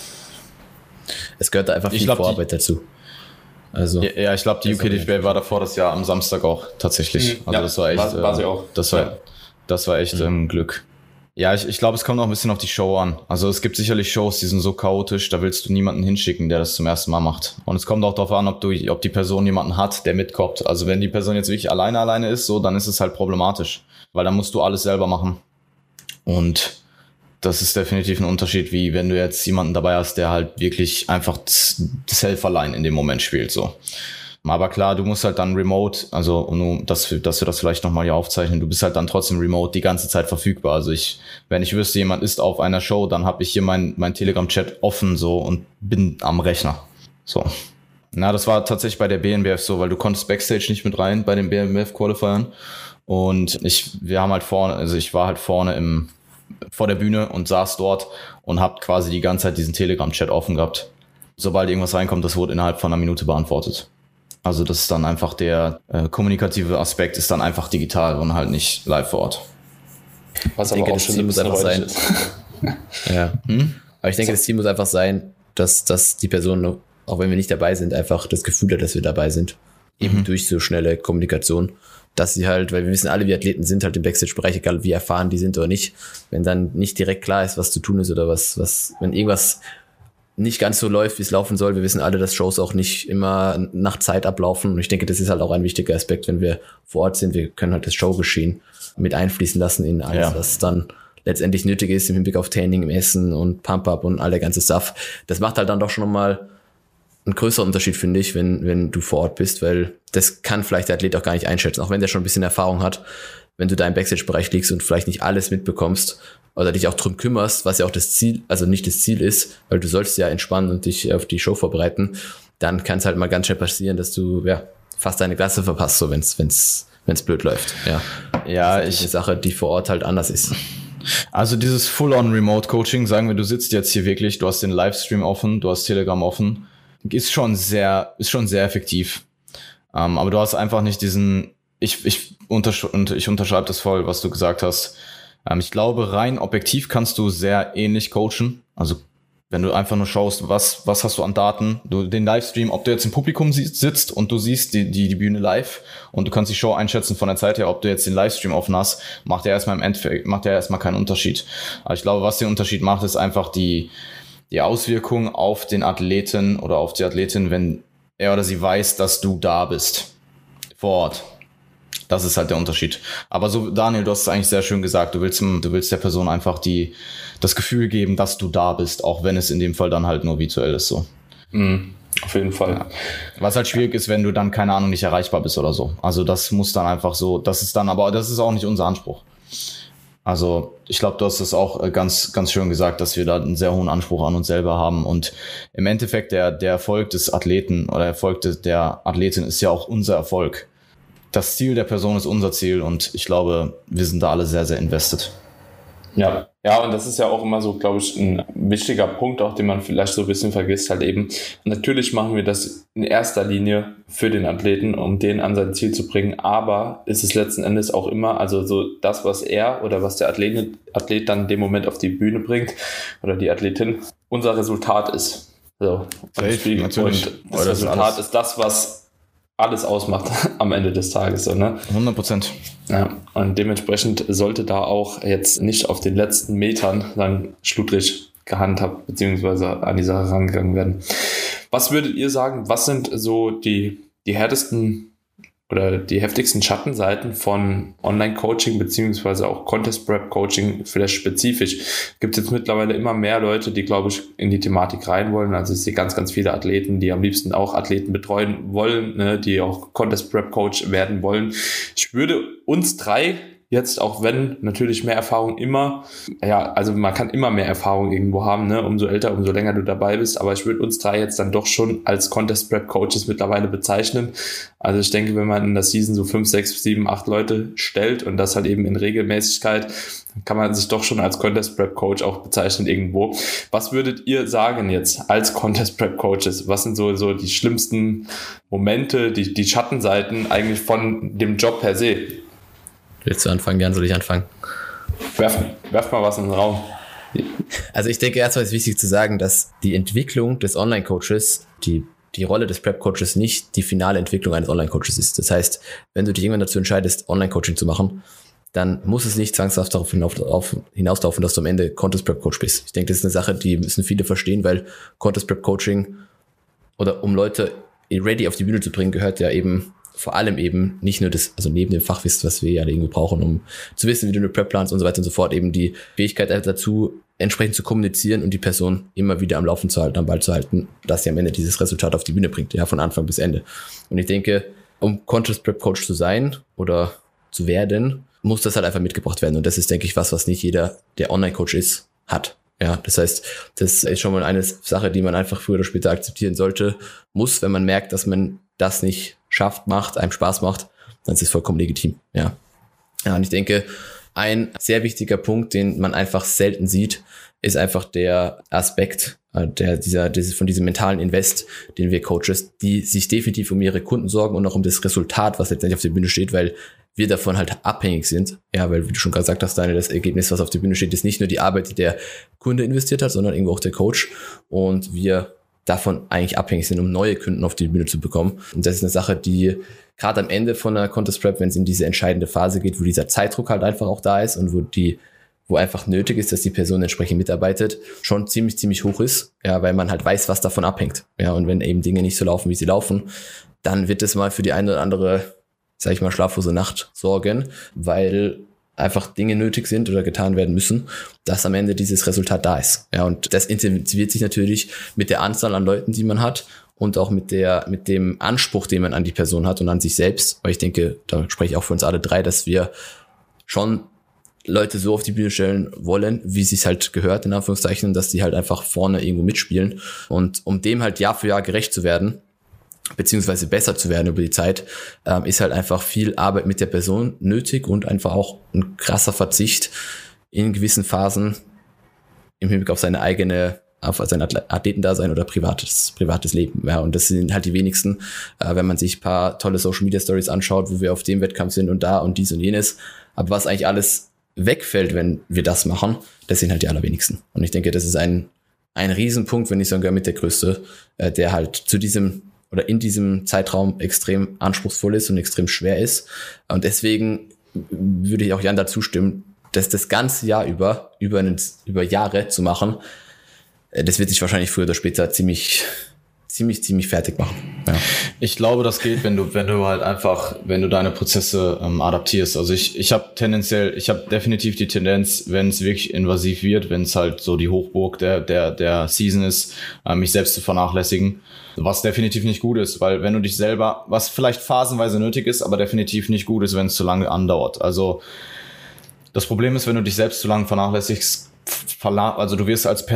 Es gehört da einfach viel Vorarbeit dazu. Also, ja, ich glaube, die UKDFBA war davor das Jahr am Samstag auch tatsächlich. Also das war echt, war sie auch. Das war echt Glück. Ja, ich glaube, es kommt auch ein bisschen auf die Show an. Also es gibt sicherlich Shows, die sind so chaotisch, da willst du niemanden hinschicken, der das zum ersten Mal macht. Und es kommt auch darauf an, ob die Person jemanden hat, der mitkommt. Also wenn die Person jetzt wirklich alleine ist, so, dann ist es halt problematisch. Weil dann musst du alles selber machen. Und das ist definitiv ein Unterschied, wie wenn du jetzt jemanden dabei hast, der halt wirklich einfach das Helferlein in dem Moment spielt, so. Aber klar, du musst halt dann remote, also nur, dass wir das vielleicht nochmal hier aufzeichnen, du bist halt dann trotzdem remote die ganze Zeit verfügbar. Also wenn ich wüsste, jemand ist auf einer Show, dann habe ich hier mein Telegram-Chat offen so und bin am Rechner. So. Na, das war tatsächlich bei der BNBF so, weil du konntest Backstage nicht mit rein bei den BNBF-Qualifiern. Und ich war halt vorne vor der Bühne und saß dort und hab quasi die ganze Zeit diesen Telegram-Chat offen gehabt. Sobald irgendwas reinkommt, das wurde innerhalb von einer Minute beantwortet. Also das ist dann einfach der kommunikative Aspekt ist dann einfach digital und halt nicht live vor Ort. Was aber auch schon muss einfach sein. Ja. Aber ich denke, das Ziel muss einfach sein, dass die Person, auch wenn wir nicht dabei sind, einfach das Gefühl hat, dass wir dabei sind. Eben durch so schnelle Kommunikation. Dass sie halt, weil wir wissen alle, wie Athleten sind halt im Backstage-Bereich, egal wie erfahren die sind oder nicht. Wenn dann nicht direkt klar ist, was zu tun ist oder wenn irgendwas nicht ganz so läuft, wie es laufen soll. Wir wissen alle, dass Shows auch nicht immer nach Zeit ablaufen. Und ich denke, das ist halt auch ein wichtiger Aspekt, wenn wir vor Ort sind. Wir können halt das Showgeschehen mit einfließen lassen in alles, was dann letztendlich nötig ist im Hinblick auf Training, im Essen und Pump-Up und all der ganze Stuff. Das macht halt dann doch schon nochmal einen größeren Unterschied, finde ich, wenn du vor Ort bist, weil das kann vielleicht der Athlet auch gar nicht einschätzen, auch wenn der schon ein bisschen Erfahrung hat. Wenn du da im Backstage-Bereich liegst und vielleicht nicht alles mitbekommst oder dich auch drum kümmerst, was ja auch das Ziel, also nicht das Ziel ist, weil du sollst ja entspannen und dich auf die Show vorbereiten, dann kann es halt mal ganz schnell passieren, dass du fast deine Klasse verpasst, so wenn's blöd läuft. Ja, das ist eine Sache, die vor Ort halt anders ist. Also dieses Full-on-Remote-Coaching, sagen wir, du sitzt jetzt hier wirklich, du hast den Livestream offen, du hast Telegram offen, ist schon sehr effektiv. Aber du hast einfach nicht diesen, ich unterschreibe das voll, was du gesagt hast. Ich glaube, rein objektiv kannst du sehr ähnlich coachen. Also wenn du einfach nur schaust, was hast du an Daten, den Livestream, ob du jetzt im Publikum sitzt und du siehst die Bühne live und du kannst die Show einschätzen von der Zeit her, ob du jetzt den Livestream offen hast, macht ja erstmal keinen Unterschied. Aber ich glaube, was den Unterschied macht, ist einfach die Auswirkung auf den Athleten oder auf die Athletin, wenn er oder sie weiß, dass du da bist, vor Ort. Das ist halt der Unterschied. Aber so, Daniel, du hast es eigentlich sehr schön gesagt. Du willst der Person einfach das Gefühl geben, dass du da bist, auch wenn es in dem Fall dann halt nur virtuell ist, so. Auf jeden Fall. Ja. Was halt schwierig ist, wenn du dann, keine Ahnung, nicht erreichbar bist oder so. Also das muss dann einfach so, das ist auch nicht unser Anspruch. Also ich glaube, du hast das auch ganz, ganz schön gesagt, dass wir da einen sehr hohen Anspruch an uns selber haben. Und im Endeffekt der Erfolg des Athleten oder der Erfolg der Athletin ist ja auch unser Erfolg. Das Ziel der Person ist unser Ziel und ich glaube, wir sind da alle sehr, sehr invested. Ja, und das ist ja auch immer so, glaube ich, ein wichtiger Punkt, auch den man vielleicht so ein bisschen vergisst, halt eben. Natürlich machen wir das in erster Linie für den Athleten, um den an sein Ziel zu bringen, aber ist es letzten Endes auch immer, also so das, was er oder was der Athlet dann in dem Moment auf die Bühne bringt oder die Athletin, unser Resultat ist. So. Safe, natürlich. Und das Resultat ist das, was alles ausmacht am Ende des Tages, so, ne? 100%. Ja, und dementsprechend sollte da auch jetzt nicht auf den letzten Metern dann schludrig gehandhabt beziehungsweise an die Sache rangegangen werden. Was würdet ihr sagen, was sind so die härtesten oder die heftigsten Schattenseiten von Online-Coaching beziehungsweise auch Contest-Prep-Coaching vielleicht spezifisch? Gibt es jetzt mittlerweile immer mehr Leute, die, glaube ich, in die Thematik rein wollen. Also ich sehe ganz, ganz viele Athleten, die am liebsten auch Athleten betreuen wollen, ne, die auch Contest-Prep-Coach werden wollen. Ich würde uns 3 jetzt, auch wenn natürlich mehr Erfahrung immer, ja, also man kann immer mehr Erfahrung irgendwo haben, ne? Umso älter, umso länger du dabei bist, aber ich würde uns drei jetzt dann doch schon als Contest Prep Coaches mittlerweile bezeichnen. Also ich denke, wenn man in der Season so 5, 6, 7, 8 Leute stellt und das halt eben in Regelmäßigkeit, dann kann man sich doch schon als Contest Prep Coach auch bezeichnen irgendwo. Was würdet ihr sagen jetzt als Contest Prep Coaches? Was sind so die schlimmsten Momente, die Schattenseiten eigentlich von dem Job per se? Willst du anfangen, Jan? Soll ich anfangen? Werf mal was in den Raum. Also ich denke, erstmal ist wichtig zu sagen, dass die Entwicklung des Online-Coaches, die Rolle des Prep-Coaches nicht die finale Entwicklung eines Online-Coaches ist. Das heißt, wenn du dich irgendwann dazu entscheidest, Online-Coaching zu machen, dann muss es nicht zwangshaft darauf hinauslaufen, dass du am Ende Contest-Prep-Coach bist. Ich denke, das ist eine Sache, die müssen viele verstehen, weil Contest-Prep-Coaching oder um Leute ready auf die Bühne zu bringen, gehört ja eben vor allem eben nicht nur das, also neben dem Fachwissen, was wir ja irgendwie brauchen, um zu wissen, wie du eine Prep planst und so weiter und so fort, eben die Fähigkeit dazu, entsprechend zu kommunizieren und die Person immer wieder am Laufen zu halten, am Ball zu halten, dass sie am Ende dieses Resultat auf die Bühne bringt, ja, von Anfang bis Ende. Und ich denke, um Contest Prep Coach zu sein oder zu werden, muss das halt einfach mitgebracht werden. Und das ist, denke ich, was nicht jeder, der Online-Coach ist, hat. Ja, das heißt, das ist schon mal eine Sache, die man einfach früher oder später akzeptieren sollte, muss, wenn man merkt, dass man das nicht schafft, einem Spaß macht, dann ist es vollkommen legitim. Ja, und ich denke, ein sehr wichtiger Punkt, den man einfach selten sieht, ist einfach der Aspekt von diesem mentalen Invest, den wir Coaches, die sich definitiv um ihre Kunden sorgen und auch um das Resultat, was letztendlich auf der Bühne steht, weil wir davon halt abhängig sind. Ja, weil, wie du schon gesagt hast, das Ergebnis, was auf der Bühne steht, ist nicht nur die Arbeit, die der Kunde investiert hat, sondern irgendwo auch der Coach. Und wir davon eigentlich abhängig sind, um neue Kunden auf die Bühne zu bekommen. Und das ist eine Sache, die gerade am Ende von einer Contest Prep, wenn es in diese entscheidende Phase geht, wo dieser Zeitdruck halt einfach auch da ist und wo einfach nötig ist, dass die Person entsprechend mitarbeitet, schon ziemlich hoch ist, ja, weil man halt weiß, was davon abhängt. Ja, und wenn eben Dinge nicht so laufen, wie sie laufen, dann wird es mal für die eine oder andere, sag ich mal, schlaflose Nacht sorgen, weil einfach Dinge nötig sind oder getan werden müssen, dass am Ende dieses Resultat da ist. Ja, und das intensiviert sich natürlich mit der Anzahl an Leuten, die man hat und auch mit dem Anspruch, den man an die Person hat und an sich selbst, weil ich denke, da spreche ich auch für uns alle drei, dass wir schon Leute so auf die Bühne stellen wollen, wie es sich halt gehört, in Anführungszeichen, dass die halt einfach vorne irgendwo mitspielen. Und um dem halt Jahr für Jahr gerecht zu werden, beziehungsweise besser zu werden über die Zeit, ist halt einfach viel Arbeit mit der Person nötig und einfach auch ein krasser Verzicht in gewissen Phasen im Hinblick auf seine Athletendasein oder privates Leben. Ja, und das sind halt die wenigsten, wenn man sich ein paar tolle Social Media Stories anschaut, wo wir auf dem Wettkampf sind und da und dies und jenes. Aber was eigentlich alles wegfällt, wenn wir das machen, das sind halt die allerwenigsten. Und ich denke, das ist ein Riesenpunkt, wenn nicht sogar mit der größte, der halt in diesem Zeitraum extrem anspruchsvoll ist und extrem schwer ist. Und deswegen würde ich auch Jan dazu stimmen, dass das ganze Jahr über Jahre zu machen, das wird sich wahrscheinlich früher oder später ziemlich fertig machen. Ja. Ich glaube, das geht, wenn du deine Prozesse adaptierst. Also ich habe definitiv die Tendenz, wenn es wirklich invasiv wird, wenn es halt so die Hochburg der Season ist, mich selbst zu vernachlässigen. Was definitiv nicht gut ist, weil wenn du dich selber, was vielleicht phasenweise nötig ist, aber definitiv nicht gut ist, wenn es zu lange andauert. Also das Problem ist, wenn du dich selbst zu lange vernachlässigst, also du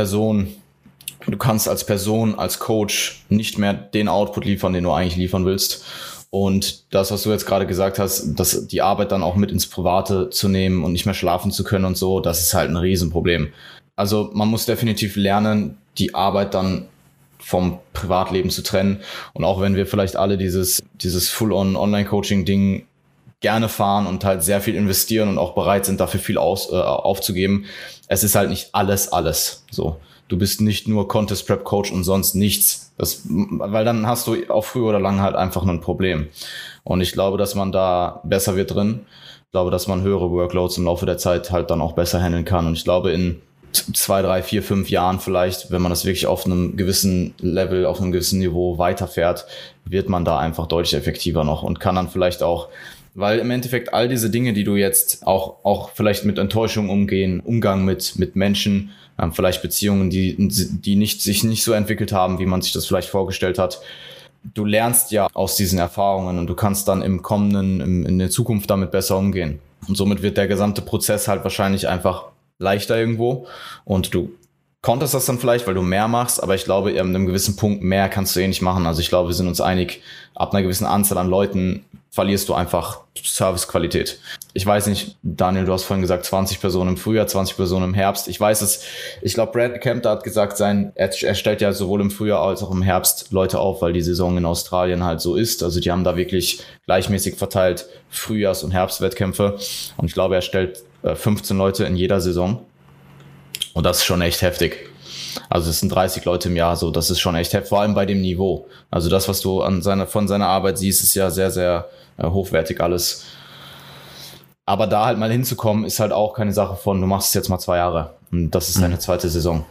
kannst als Person, als Coach nicht mehr den Output liefern, den du eigentlich liefern willst. Und das, was du jetzt gerade gesagt hast, dass die Arbeit dann auch mit ins Private zu nehmen und nicht mehr schlafen zu können und so, das ist halt ein Riesenproblem. Also man muss definitiv lernen, die Arbeit dann vom Privatleben zu trennen. Und auch wenn wir vielleicht alle dieses Full-on-Online-Coaching-Ding gerne fahren und halt sehr viel investieren und auch bereit sind, dafür viel aufzugeben, es ist halt nicht alles so. Du bist nicht nur Contest Prep Coach und sonst nichts. Weil dann hast du auch früher oder lang halt einfach ein Problem. Und ich glaube, dass man da besser wird drin. Ich glaube, dass man höhere Workloads im Laufe der Zeit halt dann auch besser handeln kann. Und ich glaube, in 2, 3, 4, 5 Jahren vielleicht, wenn man das wirklich auf einem gewissen Level, auf einem gewissen Niveau weiterfährt, wird man da einfach deutlich effektiver noch und kann dann vielleicht auch, weil im Endeffekt all diese Dinge, die du jetzt auch vielleicht mit Enttäuschung Umgang mit Menschen, vielleicht Beziehungen, die sich nicht so entwickelt haben, wie man sich das vielleicht vorgestellt hat. Du lernst ja aus diesen Erfahrungen und du kannst dann in der Zukunft damit besser umgehen. Und somit wird der gesamte Prozess halt wahrscheinlich einfach leichter irgendwo. Und du konntest das dann vielleicht, weil du mehr machst, aber ich glaube, an einem gewissen Punkt mehr kannst du nicht machen. Also ich glaube, wir sind uns einig, ab einer gewissen Anzahl an Leuten verlierst du einfach Servicequalität. Ich weiß nicht, Daniel, du hast vorhin gesagt, 20 Personen im Frühjahr, 20 Personen im Herbst. Ich weiß es, ich glaube, Brad Kempter hat gesagt, er stellt ja sowohl im Frühjahr als auch im Herbst Leute auf, weil die Saison in Australien halt so ist. Also die haben da wirklich gleichmäßig verteilt Frühjahrs- und Herbstwettkämpfe. Und ich glaube, er stellt 15 Leute in jeder Saison. Und das ist schon echt heftig. Also es sind 30 Leute im Jahr, so, das ist schon echt heftig, vor allem bei dem Niveau. Also das, was du von seiner Arbeit siehst, ist ja sehr, sehr hochwertig alles. Aber da halt mal hinzukommen, ist halt auch keine Sache von, du machst es jetzt mal 2 Jahre. Und das ist deine zweite Saison.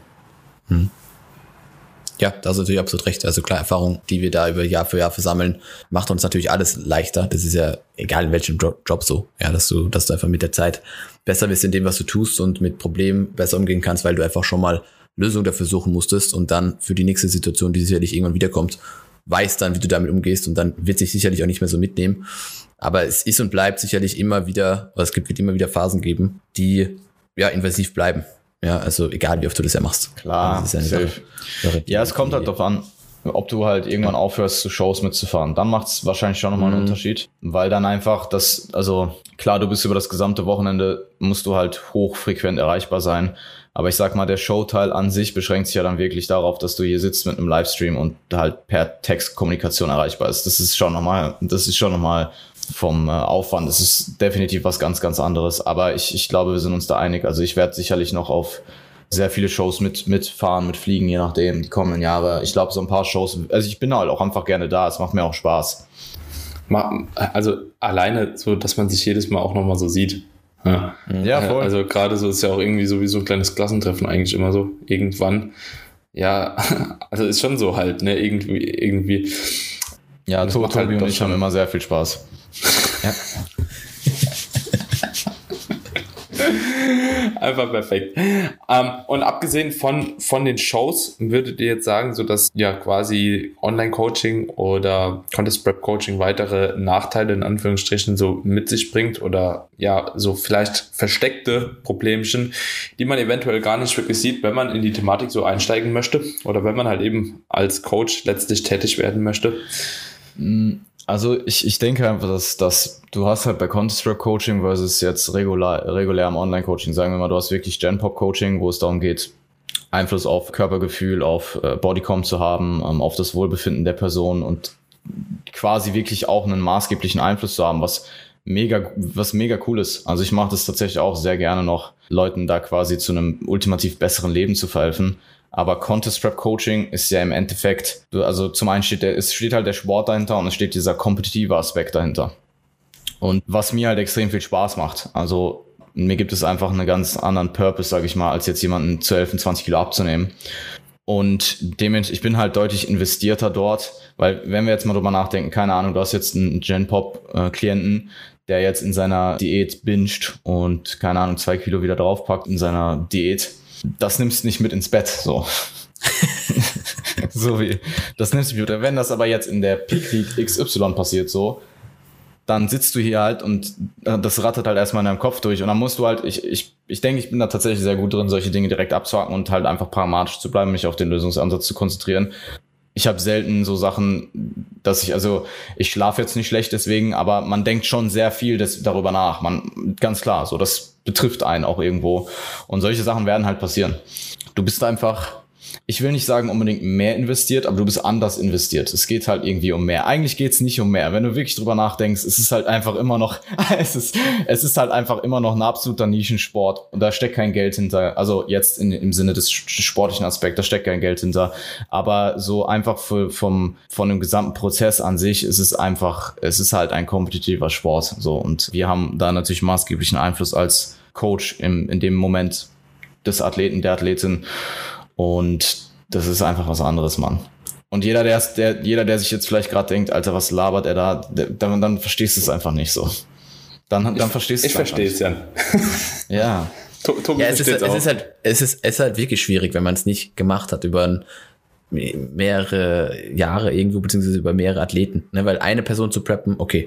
Ja, da hast du natürlich absolut recht. Also klar, Erfahrung, die wir da über Jahr für Jahr versammeln, macht uns natürlich alles leichter. Das ist ja egal in welchem Job so. Ja, dass du einfach mit der Zeit besser bist in dem, was du tust und mit Problemen besser umgehen kannst, weil du einfach schon mal Lösungen dafür suchen musstest und dann für die nächste Situation, die sicherlich irgendwann wiederkommt, weißt dann, wie du damit umgehst und dann wird sich sicherlich auch nicht mehr so mitnehmen. Aber es ist und bleibt sicherlich immer wieder, oder wird immer wieder Phasen geben, die ja invasiv bleiben. Ja, also egal wie oft du das ja machst. Klar, das ist ja, es kommt halt darauf an, ob du halt irgendwann aufhörst, zu Shows mitzufahren. Dann macht es wahrscheinlich schon nochmal einen Unterschied, weil dann einfach also klar, du bist über das gesamte Wochenende, musst du halt hochfrequent erreichbar sein. Aber ich sag mal, der Showteil an sich beschränkt sich ja dann wirklich darauf, dass du hier sitzt mit einem Livestream und halt per Textkommunikation erreichbar ist. Das ist schon nochmal vom Aufwand. Das ist definitiv was ganz, ganz anderes. Aber ich glaube, wir sind uns da einig. Also ich werde sicherlich noch auf sehr viele Shows mitfahren, mitfliegen, je nachdem, die kommenden Jahre. Ich glaube, so ein paar Shows, also ich bin halt auch einfach gerne da. Es macht mir auch Spaß. Also alleine so, dass man sich jedes Mal auch nochmal so sieht. Ja, voll. Also gerade so ist ja auch irgendwie sowieso ein kleines Klassentreffen eigentlich immer so. Irgendwann. Ja, also ist schon so halt, ne? Irgendwie. Ja, Tobi halt und ich haben immer sehr viel Spaß. Ja. Einfach perfekt. Und abgesehen von den Shows, würdet ihr jetzt sagen, so dass ja quasi Online-Coaching oder Contest-Prep-Coaching weitere Nachteile in Anführungsstrichen so mit sich bringt oder ja, so vielleicht versteckte Problemchen, die man eventuell gar nicht wirklich sieht, wenn man in die Thematik so einsteigen möchte oder wenn man halt eben als Coach letztlich tätig werden möchte? Also ich denke einfach, dass du hast halt bei Contest-Prep-Coaching versus jetzt regulärem Online-Coaching, sagen wir mal, du hast wirklich Gen-Pop-Coaching, wo es darum geht, Einfluss auf Körpergefühl, auf Bodycom zu haben, auf das Wohlbefinden der Person und quasi wirklich auch einen maßgeblichen Einfluss zu haben, was mega cool ist. Also ich mache das tatsächlich auch sehr gerne noch, Leuten da quasi zu einem ultimativ besseren Leben zu verhelfen. Aber Contest-Prep-Coaching ist ja im Endeffekt, also zum einen steht halt der Sport dahinter und es steht dieser kompetitive Aspekt dahinter. Und was mir halt extrem viel Spaß macht, also mir gibt es einfach einen ganz anderen Purpose, sage ich mal, als jetzt jemanden zu helfen, 20 Kilo abzunehmen. Und dementsprechend, ich bin halt deutlich investierter dort, weil wenn wir jetzt mal drüber nachdenken, keine Ahnung, du hast jetzt einen Gen-Pop-Klienten, der jetzt in seiner Diät binged und, keine Ahnung, 2 Kilo wieder draufpackt in seiner Diät. Das nimmst du nicht mit ins Bett, so. Das nimmst du mit. Wenn das aber jetzt in der Peak League XY passiert, so, dann sitzt du hier halt und das rattert halt erstmal in deinem Kopf durch und dann musst du halt, ich denke, ich bin da tatsächlich sehr gut drin, solche Dinge direkt abzuhaken und halt einfach pragmatisch zu bleiben, mich auf den Lösungsansatz zu konzentrieren. Ich habe selten so Sachen, dass ich schlafe jetzt nicht schlecht deswegen, aber man denkt schon sehr viel darüber nach. Ganz klar, so, das betrifft einen auch irgendwo. Und solche Sachen werden halt passieren. Du bist einfach, ich will nicht sagen unbedingt mehr investiert, aber du bist anders investiert. Es geht halt irgendwie um mehr. Eigentlich geht's nicht um mehr. Wenn du wirklich drüber nachdenkst, es ist halt einfach immer noch, es ist halt einfach immer noch ein absoluter Nischensport und da steckt kein Geld hinter. Also jetzt im Sinne des sportlichen Aspekts, da steckt kein Geld hinter. Aber so einfach von dem gesamten Prozess an sich ist es halt ein kompetitiver Sport. So, und wir haben da natürlich maßgeblichen Einfluss als Coach in dem Moment des Athleten, der Athletin. Und das ist einfach was anderes, Mann. Und jeder, der sich jetzt vielleicht gerade denkt, Alter, was labert er da, dann verstehst du es einfach nicht so. Dann verstehst du es. Ich verstehe es, Jan. Ja. Tobi, ja, es ist halt wirklich schwierig, wenn man es nicht gemacht hat über mehrere Jahre irgendwo, beziehungsweise über mehrere Athleten. Ne? Weil eine Person zu preppen, okay,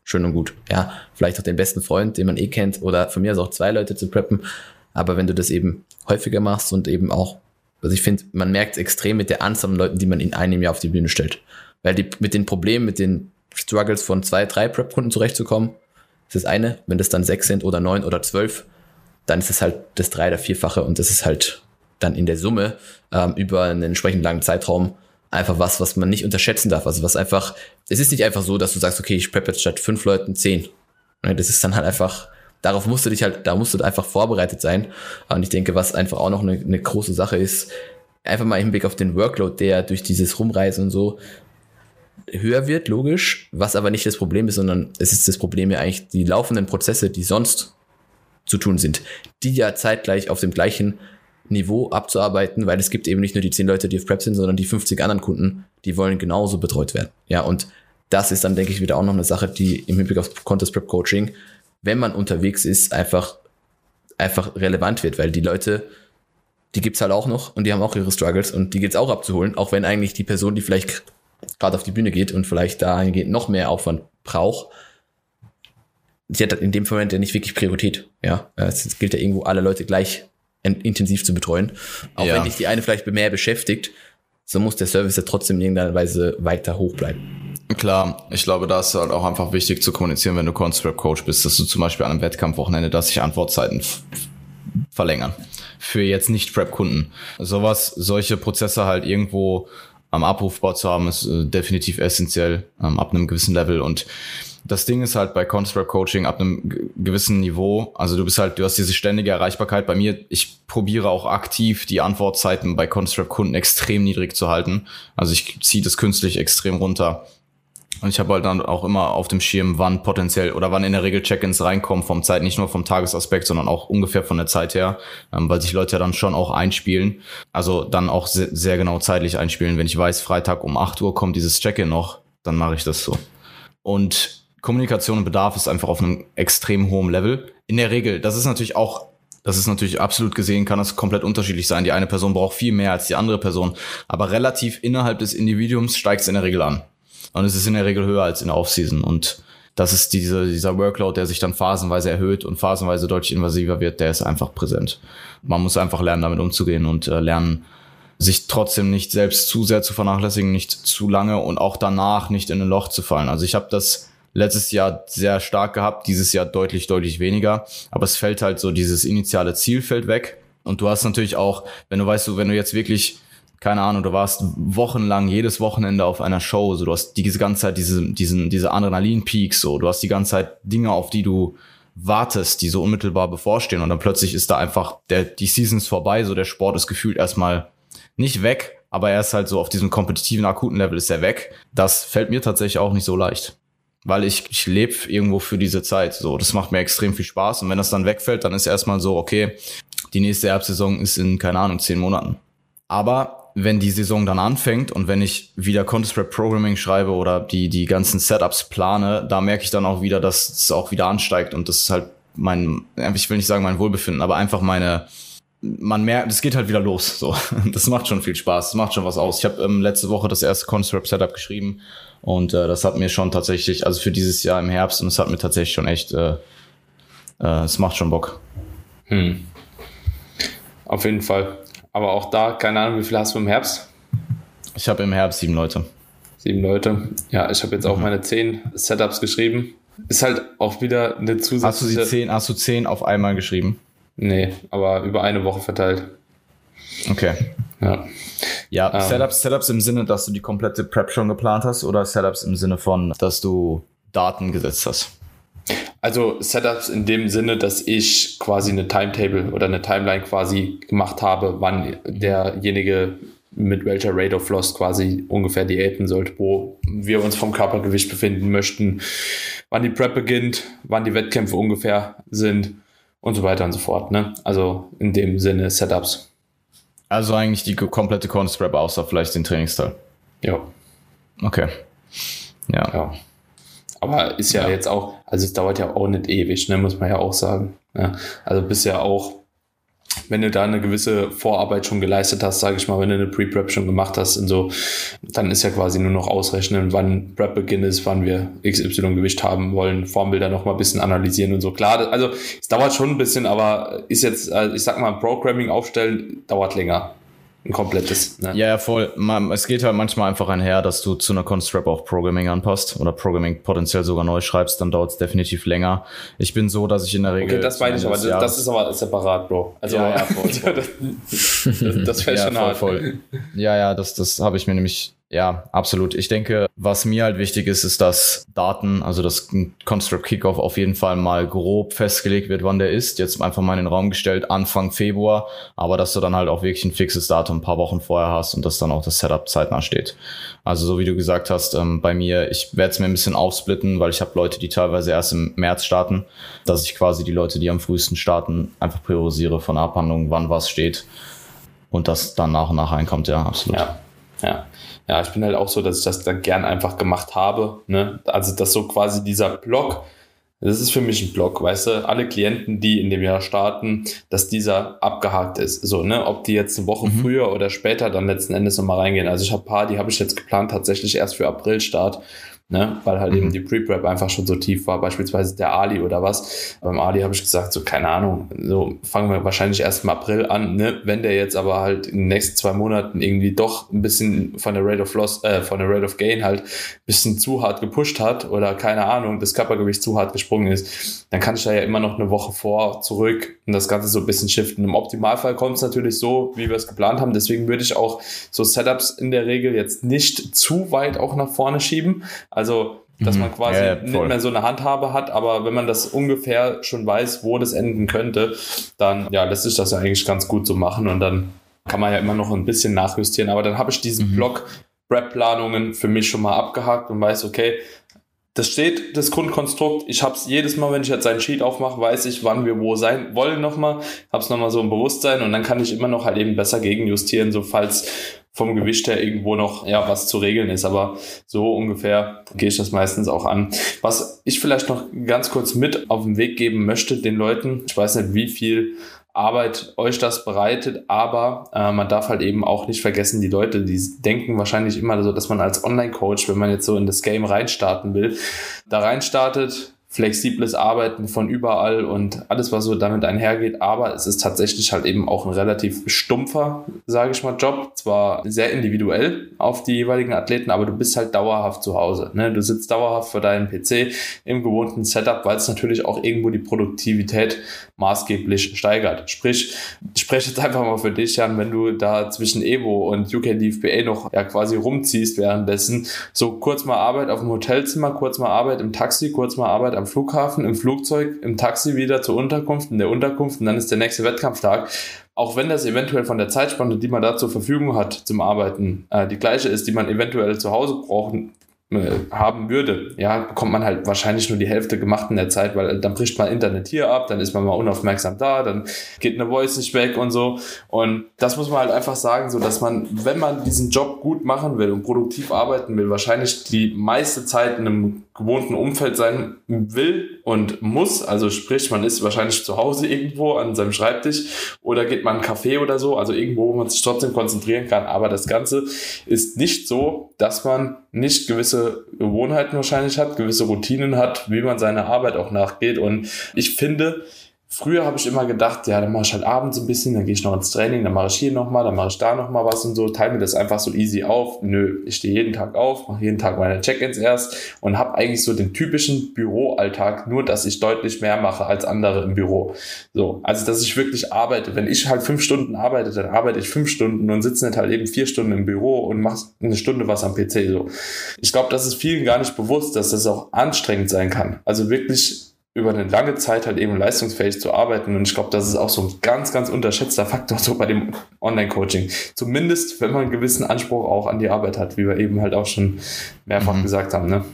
schön und gut. Ja, vielleicht auch den besten Freund, den man kennt, oder von mir aus auch 2 Leute zu preppen. Aber wenn du das eben häufiger machst und eben auch, also ich finde, man merkt es extrem mit der Anzahl an Leuten, die man in einem Jahr auf die Bühne stellt. Weil die mit den Problemen, mit den Struggles von 2, 3 Prep-Kunden zurechtzukommen, ist das eine. Wenn das dann 6 sind oder 9 oder 12, dann ist es halt das 3- oder 4-fache und das ist halt dann in der Summe über einen entsprechend langen Zeitraum einfach was man nicht unterschätzen darf. Also was einfach, es ist nicht einfach so, dass du sagst, okay, ich prep jetzt statt 5 Leuten 10. Das ist dann halt einfach, da musst du einfach vorbereitet sein. Und ich denke, was einfach auch noch eine große Sache ist, einfach mal im Hinblick auf den Workload, der durch dieses Rumreisen und so höher wird, logisch, was aber nicht das Problem ist, sondern es ist das Problem ja eigentlich die laufenden Prozesse, die sonst zu tun sind, die ja zeitgleich auf dem gleichen Niveau abzuarbeiten, weil es gibt eben nicht nur die 10 Leute, die auf Prep sind, sondern die 50 anderen Kunden, die wollen genauso betreut werden. Ja, und das ist dann, denke ich, wieder auch noch eine Sache, die im Hinblick auf Contest Prep Coaching, wenn man unterwegs ist, einfach relevant wird, weil die Leute, die gibt's halt auch noch und die haben auch ihre Struggles und die geht's auch abzuholen, auch wenn eigentlich die Person, die vielleicht gerade auf die Bühne geht und vielleicht dahingehend noch mehr Aufwand braucht, die hat in dem Moment ja nicht wirklich Priorität. Ja, es gilt ja irgendwo, alle Leute gleich intensiv zu betreuen. Auch wenn dich die eine vielleicht mehr beschäftigt, so muss der Service ja trotzdem in irgendeiner Weise weiter hoch bleiben. Klar, ich glaube, da ist halt auch einfach wichtig zu kommunizieren, wenn du Contest Coach bist, dass du zum Beispiel an einem Wettkampfwochenende, dass sich Antwortzeiten verlängern. Für jetzt nicht Prep-Kunden. Solche Prozesse halt irgendwo abrufbar zu haben, ist definitiv essentiell ab einem gewissen Level. Und das Ding ist halt bei Contest Coaching ab einem gewissen Niveau, also du hast diese ständige Erreichbarkeit. Bei mir, ich probiere auch aktiv die Antwortzeiten bei Contest Kunden extrem niedrig zu halten. Also ich ziehe das künstlich extrem runter. Und ich habe halt dann auch immer auf dem Schirm, wann potenziell oder wann in der Regel Check-ins reinkommen nicht nur vom Tagesaspekt, sondern auch ungefähr von der Zeit her, weil sich Leute ja dann schon auch einspielen. Also dann auch sehr, sehr genau zeitlich einspielen. Wenn ich weiß, Freitag um 8 Uhr kommt dieses Check-in noch, dann mache ich das so. Und Kommunikation und Bedarf ist einfach auf einem extrem hohen Level. In der Regel, das ist natürlich absolut gesehen, kann das komplett unterschiedlich sein. Die eine Person braucht viel mehr als die andere Person, aber relativ innerhalb des Individuums steigt es in der Regel an. Und es ist in der Regel höher als in der Offseason. Und das ist dieser Workload, der sich dann phasenweise erhöht und phasenweise deutlich invasiver wird, der ist einfach präsent. Man muss einfach lernen, damit umzugehen und lernen, sich trotzdem nicht selbst zu sehr zu vernachlässigen, nicht zu lange und auch danach nicht in ein Loch zu fallen. Also ich habe das letztes Jahr sehr stark gehabt, dieses Jahr deutlich, deutlich weniger. Aber es fällt halt so, dieses initiale Ziel fällt weg. Und du hast natürlich auch, wenn du jetzt wirklich, keine Ahnung, du warst wochenlang jedes Wochenende auf einer Show, so du hast diese ganze Zeit diese Adrenalin-Peaks, so du hast die ganze Zeit Dinge, auf die du wartest, die so unmittelbar bevorstehen und dann plötzlich ist da einfach die Season ist vorbei, so der Sport ist gefühlt erstmal nicht weg, aber er ist halt so auf diesem kompetitiven, akuten Level ist er weg. Das fällt mir tatsächlich auch nicht so leicht. Weil ich lebe irgendwo für diese Zeit. So, das macht mir extrem viel Spaß. Und wenn das dann wegfällt, dann ist erstmal so, okay, die nächste Herbstsaison ist in, keine Ahnung, 10 Monaten. Aber wenn die Saison dann anfängt und wenn ich wieder Contest Prep Programming schreibe oder die ganzen Setups plane, da merke ich dann auch wieder, dass es auch wieder ansteigt. Und das ist halt ich will nicht sagen mein Wohlbefinden, aber einfach man merkt, es geht halt wieder los. So, das macht schon viel Spaß, das macht schon was aus. Ich habe letzte Woche das erste Contest Prep Setup geschrieben. Und das hat mir schon tatsächlich, also für dieses Jahr im Herbst, und es hat mir tatsächlich schon echt, es macht schon Bock. Auf jeden Fall. Aber auch da, keine Ahnung, wie viel hast du im Herbst? Ich habe im Herbst 7 Leute. 7 Leute. Ja, ich habe jetzt auch meine 10 Setups geschrieben. Ist halt auch wieder eine zusätzliche... Hast du 10 auf einmal geschrieben? Nee, aber über eine Woche verteilt. Okay. Ja, Setups im Sinne, dass du die komplette Prep schon geplant hast oder Setups im Sinne von, dass du Daten gesetzt hast? Also Setups in dem Sinne, dass ich quasi eine Timetable oder eine Timeline quasi gemacht habe, wann derjenige mit welcher Rate of Loss quasi ungefähr diäten sollte, wo wir uns vom Körpergewicht befinden möchten, wann die Prep beginnt, wann die Wettkämpfe ungefähr sind und so weiter und so fort. Ne? Also in dem Sinne Setups. Also eigentlich die komplette Contest Prep außer vielleicht den Trainingsteil. Ja. Okay. Ja. Aber ist ja jetzt auch, also es dauert ja auch nicht ewig, ne, muss man ja auch sagen. Ja. Also bist ja auch wenn du da eine gewisse Vorarbeit schon geleistet hast, sage ich mal, wenn du eine Pre-Prep schon gemacht hast und so, dann ist ja quasi nur noch ausrechnen, wann Prep-Beginn ist, wann wir XY-Gewicht haben wollen, Formbilder noch mal ein bisschen analysieren und so. Klar, also es dauert schon ein bisschen, aber ist jetzt, ich sag mal, Programming aufstellen dauert länger. Ein komplettes. Ne? Ja, voll. Es geht halt manchmal einfach einher, dass du zu einer Constrap auch Programming anpasst oder Programming potenziell sogar neu schreibst, dann dauert es definitiv länger. Ich bin so, dass ich in der Regel... Okay, das meine ich, aber das ist aber separat, Bro. Also ja, voll. das wäre schon hart. Voll. Ja, das habe ich mir nämlich... Ja, absolut. Ich denke, was mir halt wichtig ist, ist, dass Daten, also das Construct Kickoff auf jeden Fall mal grob festgelegt wird, wann der ist. Jetzt einfach mal in den Raum gestellt, Anfang Februar, aber dass du dann halt auch wirklich ein fixes Datum ein paar Wochen vorher hast und dass dann auch das Setup zeitnah steht. Also so wie du gesagt hast, bei mir, ich werde es mir ein bisschen aufsplitten, weil ich habe Leute, die teilweise erst im März starten, dass ich quasi die Leute, die am frühesten starten, einfach priorisiere von der Abhandlung, wann was steht und das dann nach und nach reinkommt. Ja, absolut. Ja, ich bin halt auch so, dass ich das dann gern einfach gemacht habe. Ne? Also, dass so quasi dieser Block, das ist für mich ein Block, weißt du, alle Klienten, die in dem Jahr starten, dass dieser abgehakt ist. So, ne, ob die jetzt eine Woche früher oder später dann letzten Endes nochmal reingehen. Also ich habe ein paar, die habe ich jetzt geplant, tatsächlich erst für April-Start. Ne, weil halt eben die Pre-Prep einfach schon so tief war, beispielsweise der Ali oder was. Beim Ali habe ich gesagt, so keine Ahnung, so fangen wir wahrscheinlich erst im April an, ne, wenn der jetzt aber halt in den nächsten 2 Monaten irgendwie doch ein bisschen von der Rate of Loss, von der Rate of Gain halt ein bisschen zu hart gepusht hat oder keine Ahnung, das Körpergewicht zu hart gesprungen ist, dann kann ich da ja immer noch eine Woche zurück und das Ganze so ein bisschen shiften. Im Optimalfall kommt es natürlich so, wie wir es geplant haben, deswegen würde ich auch so Setups in der Regel jetzt nicht zu weit auch nach vorne schieben. Also, dass man quasi nicht mehr so eine Handhabe hat, aber wenn man das ungefähr schon weiß, wo das enden könnte, dann ja, lässt sich das ja eigentlich ganz gut so machen und dann kann man ja immer noch ein bisschen nachjustieren. Aber dann habe ich diesen Block Prep-Planungen für mich schon mal abgehakt und weiß, okay, das steht, das Grundkonstrukt. Ich habe es jedes Mal, wenn ich jetzt einen Sheet aufmache, weiß ich, wann wir wo sein wollen nochmal. Habe es nochmal so im Bewusstsein und dann kann ich immer noch halt eben besser gegenjustieren, so falls vom Gewicht her irgendwo noch ja was zu regeln ist. Aber so ungefähr gehe ich das meistens auch an. Was ich vielleicht noch ganz kurz mit auf den Weg geben möchte, den Leuten, ich weiß nicht, wie viel Arbeit euch das bereitet, aber man darf halt eben auch nicht vergessen, die Leute, die denken wahrscheinlich immer so, dass man als Online-Coach, wenn man jetzt so in das Game reinstarten will, da reinstartet, flexibles Arbeiten von überall und alles, was so damit einhergeht, aber es ist tatsächlich halt eben auch ein relativ stumpfer, sage ich mal, Job, zwar sehr individuell auf die jeweiligen Athleten, aber du bist halt dauerhaft zu Hause, ne? Du sitzt dauerhaft vor deinem PC im gewohnten Setup, weil es natürlich auch irgendwo die Produktivität maßgeblich steigert. Sprich, ich spreche jetzt einfach mal für dich, Jan, wenn du da zwischen Evo und UK-DFBA noch ja quasi rumziehst währenddessen, so kurz mal Arbeit auf dem Hotelzimmer, kurz mal Arbeit im Taxi, kurz mal Arbeit am Flughafen, im Flugzeug, im Taxi wieder zur Unterkunft, in der Unterkunft und dann ist der nächste Wettkampftag. Auch wenn das eventuell von der Zeitspanne, die man da zur Verfügung hat zum Arbeiten, die gleiche ist, die man eventuell zu Hause haben würde, ja, bekommt man halt wahrscheinlich nur die Hälfte gemacht in der Zeit, weil dann bricht mal Internet hier ab, dann ist man mal unaufmerksam da, dann geht eine Voice nicht weg und so. Und das muss man halt einfach sagen, so dass man, wenn man diesen Job gut machen will und produktiv arbeiten will, wahrscheinlich die meiste Zeit in einem gewohnten Umfeld sein will und muss. Also sprich, man ist wahrscheinlich zu Hause irgendwo an seinem Schreibtisch oder geht mal in einen Café oder so, also irgendwo, wo man sich trotzdem konzentrieren kann. Aber das Ganze ist nicht so, dass man nicht gewisse Gewohnheiten wahrscheinlich hat, gewisse Routinen hat, wie man seiner Arbeit auch nachgeht. Und ich finde, früher habe ich immer gedacht, ja, dann mache ich halt abends ein bisschen, dann gehe ich noch ins Training, dann mache ich hier nochmal, dann mache ich da nochmal was und so, teile mir das einfach so easy auf. Nö, ich stehe jeden Tag auf, mache jeden Tag meine Check-ins erst und habe eigentlich so den typischen Büroalltag, nur dass ich deutlich mehr mache als andere im Büro. So, also dass ich wirklich arbeite. Wenn ich halt 5 Stunden arbeite, dann arbeite ich 5 Stunden und sitze nicht halt eben 4 Stunden im Büro und mache eine Stunde was am PC. So, ich glaube, das ist vielen gar nicht bewusst, dass das auch anstrengend sein kann. Also wirklich über eine lange Zeit halt eben leistungsfähig zu arbeiten. Und ich glaube, das ist auch so ein ganz, ganz unterschätzter Faktor so bei dem Online-Coaching. Zumindest, wenn man einen gewissen Anspruch auch an die Arbeit hat, wie wir eben halt auch schon mehrfach gesagt haben, ne?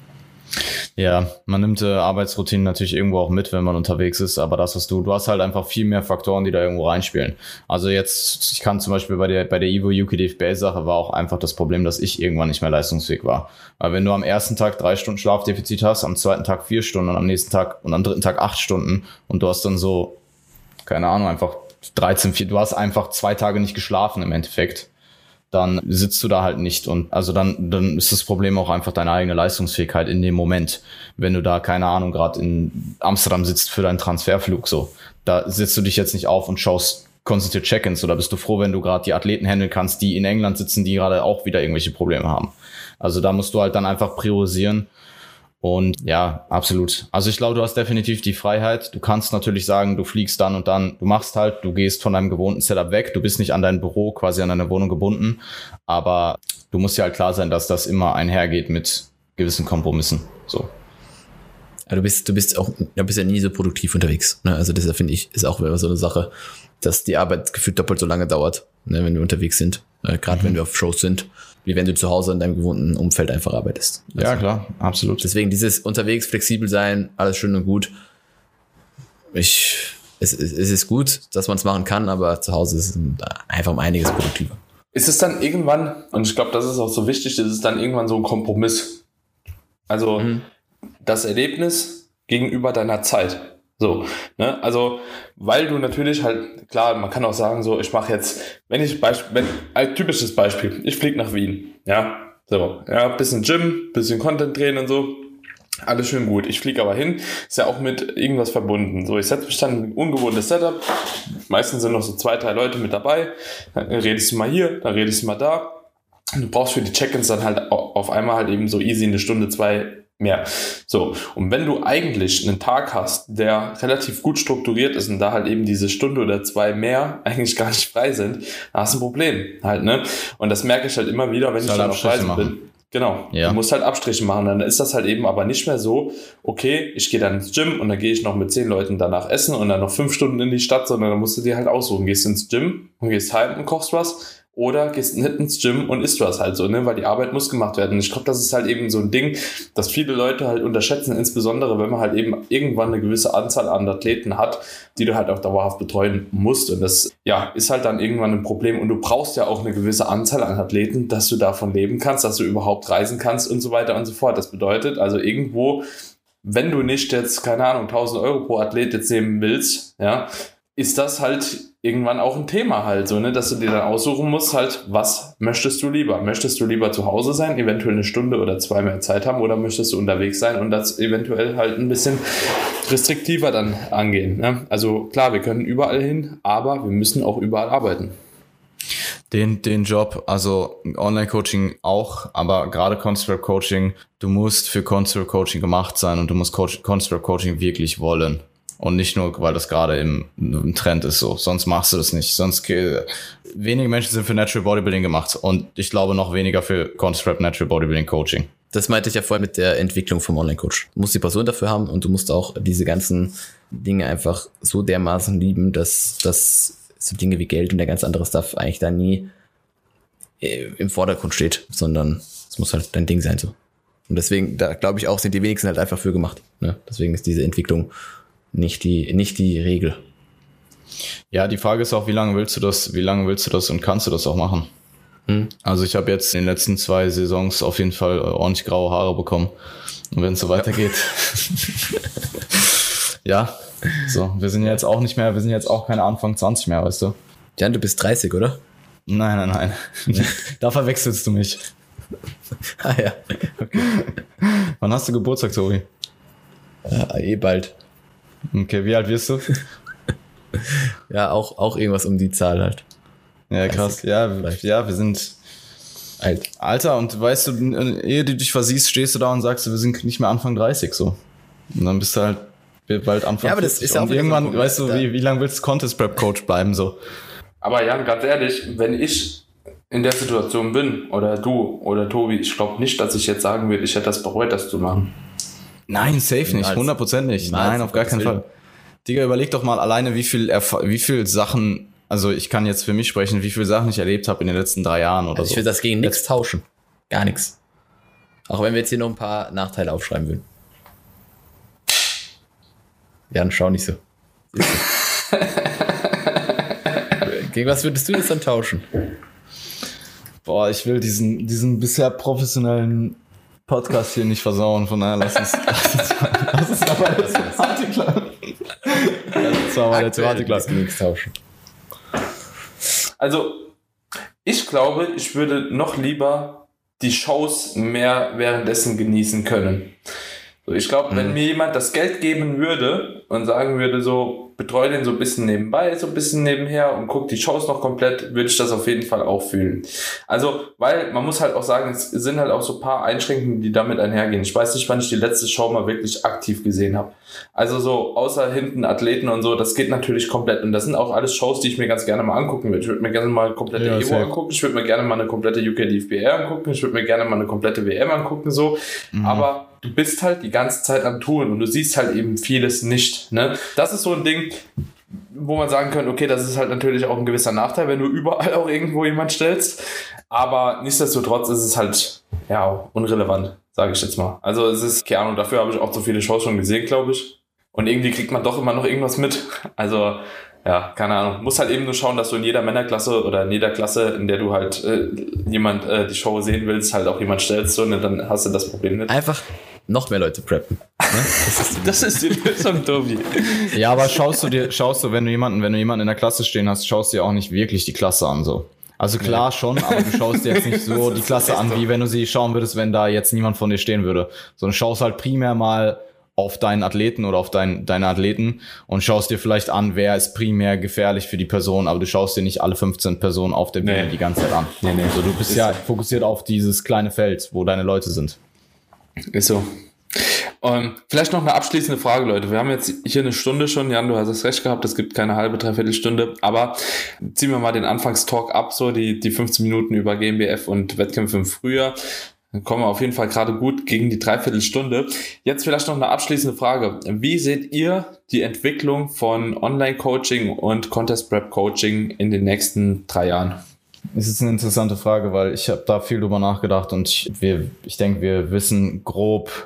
Ja, man nimmt Arbeitsroutinen natürlich irgendwo auch mit, wenn man unterwegs ist, aber das hast du hast halt einfach viel mehr Faktoren, die da irgendwo reinspielen. Also jetzt, ich kann zum Beispiel bei der Evo UK-DFBA Sache war auch einfach das Problem, dass ich irgendwann nicht mehr leistungsfähig war. Weil wenn du am ersten Tag 3 Stunden Schlafdefizit hast, am zweiten Tag 4 Stunden und am nächsten Tag und am dritten Tag 8 Stunden und du hast dann so, keine Ahnung, einfach 13, 4, du hast einfach 2 Tage nicht geschlafen im Endeffekt, dann sitzt du da halt nicht. Und also dann ist das Problem auch einfach deine eigene Leistungsfähigkeit in dem Moment. Wenn du da, keine Ahnung, gerade in Amsterdam sitzt für deinen Transferflug, so, da setzt du dich jetzt nicht auf und schaust konzentriert Check-ins, oder bist du froh, wenn du gerade die Athleten handeln kannst, die in England sitzen, die gerade auch wieder irgendwelche Probleme haben. Also da musst du halt dann einfach priorisieren. Und ja, absolut. Also ich glaube, du hast definitiv die Freiheit. Du kannst natürlich sagen, du fliegst dann und dann, du machst halt, du gehst von deinem gewohnten Setup weg, du bist nicht an dein Büro, quasi an deine Wohnung gebunden, aber du musst ja halt klar sein, dass das immer einhergeht mit gewissen Kompromissen. So. Ja, du bist ja nie so produktiv unterwegs. Ne? Also das finde ich ist auch immer so eine Sache, dass die Arbeit gefühlt doppelt so lange dauert, ne, wenn wir unterwegs sind. Gerade wenn wir auf Shows sind, wie wenn du zu Hause in deinem gewohnten Umfeld einfach arbeitest. Also, ja, klar, absolut. Deswegen dieses unterwegs flexibel sein, alles schön und gut. Es ist gut, dass man es machen kann, aber zu Hause ist es einfach um einiges produktiver. Ist es dann irgendwann, und ich glaube, das ist auch so wichtig, ist es dann irgendwann so ein Kompromiss. Also das Erlebnis gegenüber deiner Zeit. So, ne? Also, weil du natürlich halt, klar, man kann auch sagen, so, ich mache jetzt, als typisches Beispiel, ich fliege nach Wien, ja, so, ja, bisschen Gym, bisschen Content drehen und so, alles schön gut. Ich fliege aber hin, ist ja auch mit irgendwas verbunden. So, ich setze mich dann in ein ungewohntes Setup, meistens sind noch so 2, 3 Leute mit dabei, dann redest du mal hier, dann redest du mal da. Du brauchst für die Check-ins dann halt auf einmal halt eben so easy 1 Stunde, 2 mehr. So, und wenn du eigentlich einen Tag hast, der relativ gut strukturiert ist und da halt eben diese Stunde oder 2 mehr eigentlich gar nicht frei sind, dann hast du ein Problem halt, ne? Und das merke ich halt immer wieder, wenn ich dann auf Reisen bin. Genau, ja. Du musst halt Abstriche machen, dann ist das halt eben aber nicht mehr so, okay, ich gehe dann ins Gym und dann gehe ich noch mit 10 Leuten danach essen und dann noch 5 Stunden in die Stadt, sondern dann musst du dir halt aussuchen, gehst ins Gym und gehst heim und kochst was. Oder gehst nicht ins Gym und isst was halt so, ne, weil die Arbeit muss gemacht werden. Und ich glaube, das ist halt eben so ein Ding, das viele Leute halt unterschätzen, insbesondere wenn man halt eben irgendwann eine gewisse Anzahl an Athleten hat, die du halt auch dauerhaft betreuen musst. Und das, ja, ist halt dann irgendwann ein Problem. Und du brauchst ja auch eine gewisse Anzahl an Athleten, dass du davon leben kannst, dass du überhaupt reisen kannst und so weiter und so fort. Das bedeutet also irgendwo, wenn du nicht jetzt, keine Ahnung, 1.000 Euro pro Athlet jetzt nehmen willst, ja, ist das halt irgendwann auch ein Thema halt so, ne, dass du dir dann aussuchen musst halt, was möchtest du lieber? Möchtest du lieber zu Hause sein, eventuell 1 Stunde oder 2 mehr Zeit haben, oder möchtest du unterwegs sein und das eventuell halt ein bisschen restriktiver dann angehen, ne? Also klar, wir können überall hin, aber wir müssen auch überall arbeiten. Den Job, also Online-Coaching auch, aber gerade Construct-Coaching, du musst für Construct-Coaching gemacht sein und du musst Construct-Coaching wirklich wollen. Und nicht nur, weil das gerade im Trend ist so. Sonst machst du das nicht. Wenige Menschen sind für Natural Bodybuilding gemacht. Und ich glaube noch weniger für Construct Natural Bodybuilding Coaching. Das meinte ich ja vorhin mit der Entwicklung vom Online-Coach. Du musst die Person dafür haben und du musst auch diese ganzen Dinge einfach so dermaßen lieben, dass so Dinge wie Geld und der ganz andere Stuff eigentlich da nie im Vordergrund steht, sondern es muss halt dein Ding sein so. Und deswegen, da glaube ich auch, sind die wenigsten halt einfach für gemacht. Ne? Deswegen ist diese Entwicklung nicht die Regel. Ja, die Frage ist auch, wie lange willst du das und kannst du das auch machen? Also ich habe jetzt in den letzten 2 Saisons auf jeden Fall ordentlich graue Haare bekommen. Und wenn es so weitergeht. Ja, so, wir sind jetzt auch keine Anfang 20 mehr, weißt du? Jan, du bist 30, oder? Nein. Da verwechselst du mich. Ah ja, okay. Wann hast du Geburtstag, Tobi? Bald. Okay, wie alt wirst du? Ja, auch irgendwas um die Zahl halt. Ja, krass. Ja, wir sind alt. Alter, und weißt du, ehe du dich versiehst, stehst du da und sagst, wir sind nicht mehr Anfang 30 so. Und dann bist du halt bald Anfang 40. Ja, aber das ist ja auch irgendwann, so weißt du, wie lange willst du Contest Prep Coach bleiben so? Aber Jan, ganz ehrlich, wenn ich in der Situation bin, oder du oder Tobi, ich glaube nicht, dass ich jetzt sagen würde, ich hätte das bereut, das zu machen. Nein, safe nicht, 100% nicht. Nein, auf gar keinen Fall. Digga, überleg doch mal alleine, wie viel Sachen, also ich kann jetzt für mich sprechen, wie viele Sachen ich erlebt habe in den letzten 3 Jahren oder so. Ich will das gegen nichts tauschen. Gar nichts. Auch wenn wir jetzt hier noch ein paar Nachteile aufschreiben würden. Jan, schau nicht so. Gegen was würdest du das dann tauschen? Boah, ich will diesen bisher professionellen Podcast hier nicht versauen, von daher lass uns aber der Thematik bleiben. Nichts tauschen. Also, ich glaube, ich würde noch lieber die Shows mehr währenddessen genießen können. So, ich glaube, wenn mir jemand das Geld geben würde und sagen würde, so, betreue den so ein bisschen nebenbei, so ein bisschen nebenher und guck die Shows noch komplett, würde ich das auf jeden Fall auch fühlen. Also, weil man muss halt auch sagen, es sind halt auch so ein paar Einschränkungen, die damit einhergehen. Ich weiß nicht, wann ich die letzte Show mal wirklich aktiv gesehen habe. Also so, außer hinten Athleten und so, das geht natürlich komplett. Und das sind auch alles Shows, die ich mir ganz gerne mal angucken würde. Ich würde mir gerne mal eine komplette Evo angucken, ich würde mir gerne mal eine komplette UK-DFB angucken, ich würde mir gerne mal eine komplette WM angucken, so. Aber du bist halt die ganze Zeit am Tun und du siehst halt eben vieles nicht, ne? Das ist so ein Ding, wo man sagen könnte, okay, das ist halt natürlich auch ein gewisser Nachteil, wenn du überall auch irgendwo jemand stellst, aber nichtsdestotrotz ist es halt, ja, unrelevant, sage ich jetzt mal. Also es ist, keine Ahnung, dafür habe ich auch so viele Shows schon gesehen, glaube ich, und irgendwie kriegt man doch immer noch irgendwas mit, also ja, keine Ahnung. Muss halt eben nur schauen, dass du in jeder Männerklasse oder in jeder Klasse, in der du halt die Show sehen willst, halt auch jemand stellst, so, und dann hast du das Problem nicht. Einfach noch mehr Leute preppen. Ne? Das ist die Lösung, Tobi. Ja, aber schaust du, wenn du jemanden in der Klasse stehen hast, schaust du dir auch nicht wirklich die Klasse an, so. Also klar schon, aber du schaust dir jetzt nicht so die Klasse an, wie wenn du sie schauen würdest, wenn da jetzt niemand von dir stehen würde. Sondern schaust halt primär mal auf deinen Athleten oder auf deine Athleten und schaust dir vielleicht an, wer ist primär gefährlich für die Person, aber du schaust dir nicht alle 15 Personen auf der Bühne die ganze Zeit an. Nee. Also du bist ja fokussiert auf dieses kleine Feld, wo deine Leute sind. Ist so. Vielleicht noch eine abschließende Frage, Leute. Wir haben jetzt hier eine Stunde schon. Jan, du hast es recht gehabt, es gibt keine halbe, dreiviertel Stunde. Aber ziehen wir mal den Anfangstalk ab, so die 15 Minuten über GmbF und Wettkämpfe im Frühjahr. Dann kommen wir auf jeden Fall gerade gut gegen die Dreiviertelstunde. Jetzt vielleicht noch eine abschließende Frage. Wie seht ihr die Entwicklung von Online-Coaching und Contest-Prep-Coaching in den nächsten 3 Jahren? Es ist eine interessante Frage, weil ich habe da viel drüber nachgedacht und ich denke, wir wissen grob,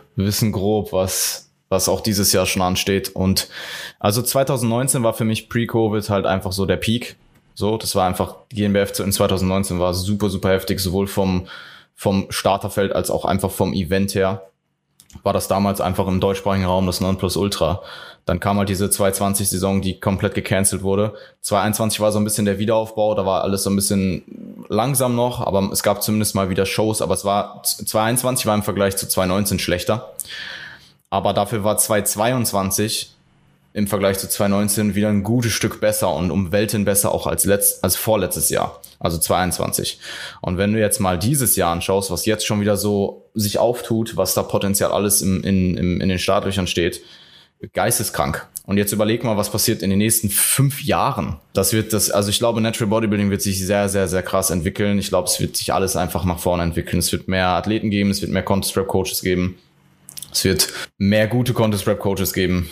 was auch dieses Jahr schon ansteht. Und also 2019 war für mich pre-Covid halt einfach so der Peak. So, das war einfach, die GmbF in 2019 war super, super heftig, sowohl vom Starterfeld als auch einfach vom Event her. War das damals einfach im deutschsprachigen Raum das Nonplusultra. Dann kam halt diese 2020-Saison, die komplett gecancelt wurde. 2021 war so ein bisschen der Wiederaufbau, da war alles so ein bisschen langsam noch, aber es gab zumindest mal wieder Shows, aber 2021 war im Vergleich zu 2019 schlechter. Aber dafür war 2022 im Vergleich zu 2019 wieder ein gutes Stück besser und um Welten besser auch als vorletztes Jahr, also 2021. Und wenn du jetzt mal dieses Jahr anschaust, was jetzt schon wieder so sich auftut, was da potenziell alles in den Startlöchern steht, geisteskrank. Und jetzt überleg mal, was passiert in den nächsten 5 Jahren. Also ich glaube, Natural Bodybuilding wird sich sehr, sehr, sehr krass entwickeln. Ich glaube, es wird sich alles einfach nach vorne entwickeln. Es wird mehr Athleten geben, es wird mehr Contest-Prep-Coaches geben. Es wird mehr gute Contest-Prep-Coaches geben.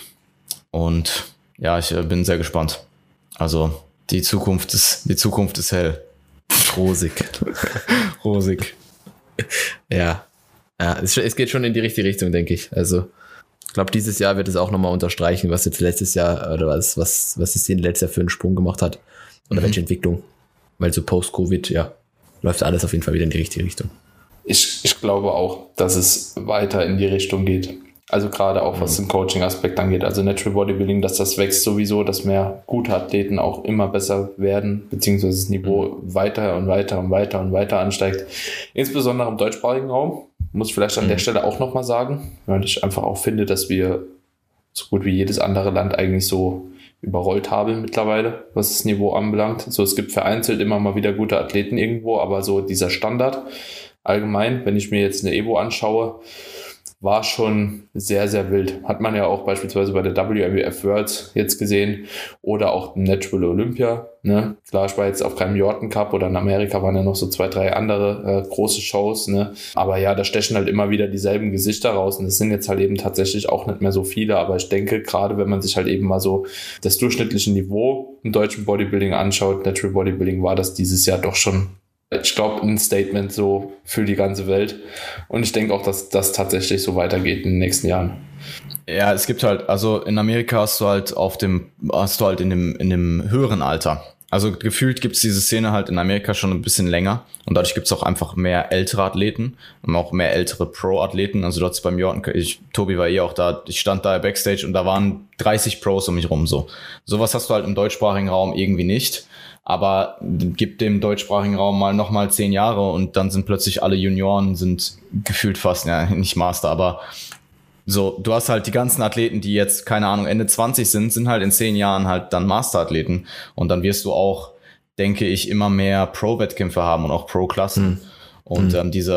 Und ja, ich bin sehr gespannt. Also die Zukunft ist hell. Rosig. Rosig. Ja, es geht schon in die richtige Richtung, denke ich. Also ich glaube, dieses Jahr wird es auch nochmal unterstreichen, was jetzt letztes Jahr oder was die Szene letztes Jahr für einen Sprung gemacht hat oder welche Entwicklung. Weil so post-Covid, ja, läuft alles auf jeden Fall wieder in die richtige Richtung. Ich glaube auch, dass es weiter in die Richtung geht. Also gerade auch was den Coaching-Aspekt angeht. Also Natural Bodybuilding, dass das wächst sowieso, dass mehr gute Athleten auch immer besser werden, beziehungsweise das Niveau weiter und weiter und weiter und weiter ansteigt. Insbesondere im deutschsprachigen Raum. Muss ich vielleicht an der Stelle auch nochmal sagen, weil ich einfach auch finde, dass wir so gut wie jedes andere Land eigentlich so überrollt haben mittlerweile, was das Niveau anbelangt. So, es gibt vereinzelt immer mal wieder gute Athleten irgendwo, aber so dieser Standard allgemein, wenn ich mir jetzt eine Evo anschaue, war schon sehr, sehr wild. Hat man ja auch beispielsweise bei der WMBF Worlds jetzt gesehen oder auch im Natural Olympia. Ne? Klar, ich war jetzt auf keinem Jordan Cup oder in Amerika waren ja noch so 2, 3 andere große Shows. Ne? Aber ja, da stechen halt immer wieder dieselben Gesichter raus und es sind jetzt halt eben tatsächlich auch nicht mehr so viele. Aber ich denke, gerade wenn man sich halt eben mal so das durchschnittliche Niveau im deutschen Bodybuilding anschaut, Natural Bodybuilding, war das dieses Jahr doch schon, ich glaube, ein Statement so für die ganze Welt. Und ich denke auch, dass das tatsächlich so weitergeht in den nächsten Jahren. Ja, es gibt halt, also in Amerika hast du halt in dem höheren Alter. Also gefühlt gibt es diese Szene halt in Amerika schon ein bisschen länger. Und dadurch gibt es auch einfach mehr ältere Athleten und auch mehr ältere Pro-Athleten. Also dort beim Jordan, Tobi war auch da, ich stand da Backstage und da waren 30 Pros um mich rum. Sowas hast du halt im deutschsprachigen Raum irgendwie nicht. aber gibt dem deutschsprachigen Raum nochmal 10 Jahre und dann sind plötzlich alle Junioren, sind gefühlt fast, ja, nicht Master, aber so, du hast halt die ganzen Athleten, die jetzt, keine Ahnung, Ende 20 sind halt in 10 Jahren halt dann Masterathleten und dann wirst du auch, denke ich, immer mehr Pro-Wettkämpfe haben und auch Pro-Klassen und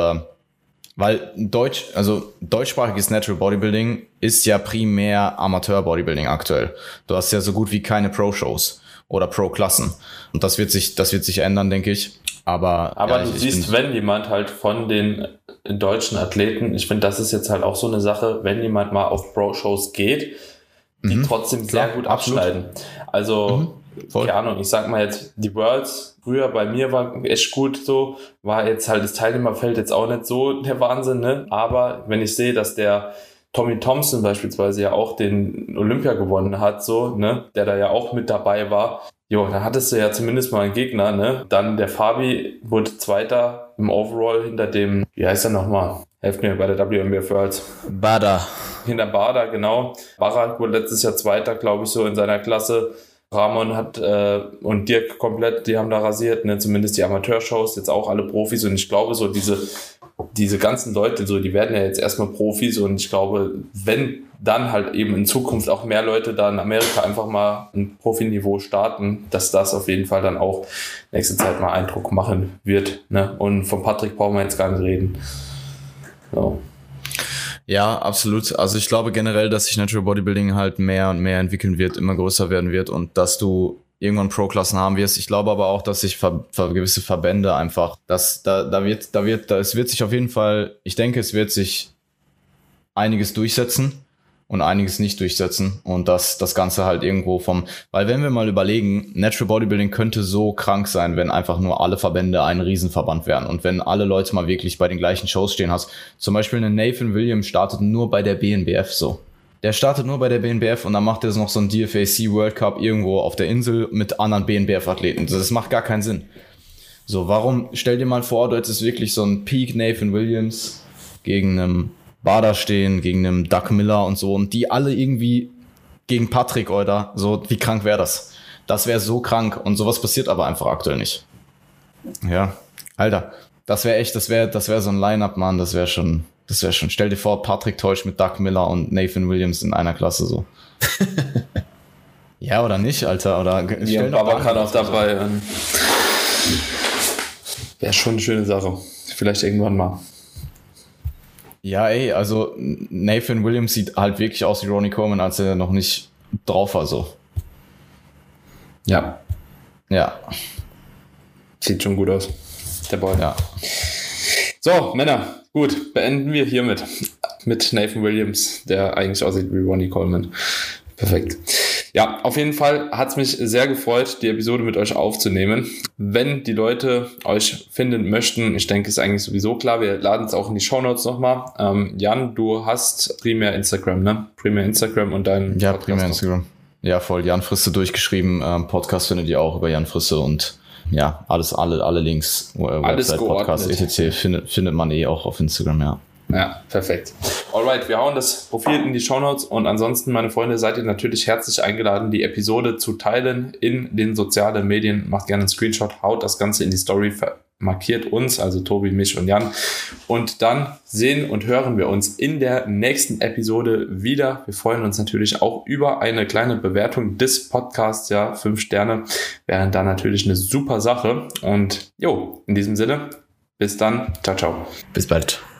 weil deutschsprachiges Natural Bodybuilding ist ja primär Amateur-Bodybuilding aktuell. Du hast ja so gut wie keine Pro-Shows oder Pro-Klassen. Und das wird sich ändern, denke ich. Aber ja, du siehst, wenn jemand halt von den deutschen Athleten, ich finde, das ist jetzt halt auch so eine Sache, wenn jemand mal auf Pro-Shows geht, die trotzdem sehr gut abschneiden. Also, keine Ahnung, ich sag mal jetzt, die Worlds früher bei mir war echt gut so, war jetzt halt das Teilnehmerfeld jetzt auch nicht so der Wahnsinn, ne? Aber wenn ich sehe, dass der Tommy Thompson beispielsweise ja auch den Olympia gewonnen hat, so, ne, der da ja auch mit dabei war, jo, da hattest du ja zumindest mal einen Gegner, ne? Dann der Fabi wurde Zweiter im Overall hinter dem, wie heißt er nochmal? Helft mir bei der WNBF Worlds. Bader. Hinter Bader, genau. Barak wurde letztes Jahr Zweiter, glaube ich, so in seiner Klasse. Ramon hat und Dirk komplett, die haben da rasiert, ne? Zumindest die Amateurshows, jetzt auch alle Profis und ich glaube so diese ganzen Leute, so die werden ja jetzt erstmal Profis und ich glaube, wenn dann halt eben in Zukunft auch mehr Leute da in Amerika einfach mal ein Profiniveau starten, dass das auf jeden Fall dann auch nächste Zeit mal Eindruck machen wird, ne? Und von Patrick brauchen wir jetzt gar nicht reden. So. Ja, absolut. Also ich glaube generell, dass sich Natural Bodybuilding halt mehr und mehr entwickeln wird, immer größer werden wird und dass du irgendwann Pro-Klassen haben wirst. Ich glaube aber auch, dass sich gewisse Verbände einfach, es wird sich auf jeden Fall, ich denke, es wird sich einiges durchsetzen und einiges nicht durchsetzen und das Ganze halt irgendwo weil wenn wir mal überlegen, Natural Bodybuilding könnte so krank sein, wenn einfach nur alle Verbände ein Riesenverband wären und wenn alle Leute mal wirklich bei den gleichen Shows stehen hast. Zum Beispiel ein Nathan Williams startet nur bei der BNBF so. Der startet nur bei der BNBF und dann macht er noch so einen DFAC World Cup irgendwo auf der Insel mit anderen BNBF-Athleten. Das macht gar keinen Sinn. So, stell dir mal vor, du hättest wirklich so einen Peak Nathan Williams gegen einen Bader stehen, gegen einen Doug Miller und so und die alle irgendwie gegen Patrick, oder so, wie krank wäre das? Das wäre so krank und sowas passiert aber einfach aktuell nicht. Ja, Alter, das wäre so ein Line-Up, Mann, das wäre schon, stell dir vor, Patrick Teusch mit Doug Miller und Nathan Williams in einer Klasse so. Ja, oder nicht, Alter, oder ja, Babakan auch dabei. Wäre schon eine schöne Sache. Vielleicht irgendwann mal. Ja, also Nathan Williams sieht halt wirklich aus wie Ronnie Coleman, als er noch nicht drauf war, so. Ja. Ja. Sieht schon gut aus, der Boy. Ja. So, Männer, gut, beenden wir hiermit mit Nathan Williams, der eigentlich aussieht wie Ronnie Coleman. Perfekt. Ja, auf jeden Fall hat es mich sehr gefreut, die Episode mit euch aufzunehmen. Wenn die Leute euch finden möchten, ich denke, ist eigentlich sowieso klar, wir laden es auch in die Shownotes nochmal. Jan, du hast primär Instagram, ne? Primär Instagram und dein Ja, Podcast primär Instagram. Ja, voll. Jan Frisse durchgeschrieben. Podcast findet ihr auch über Jan Frisse und ja, alle Links, Website, Podcast, etc. findet man auch auf Instagram, ja. Ja, perfekt. Alright, wir hauen das Profil in die Shownotes und ansonsten, meine Freunde, seid ihr natürlich herzlich eingeladen, die Episode zu teilen in den sozialen Medien. Macht gerne einen Screenshot, haut das Ganze in die Story, markiert uns, also Tobi, mich und Jan. Und dann sehen und hören wir uns in der nächsten Episode wieder. Wir freuen uns natürlich auch über eine kleine Bewertung des Podcasts, ja, 5 Sterne wären da natürlich eine super Sache. Und jo, in diesem Sinne, bis dann, ciao, ciao. Bis bald.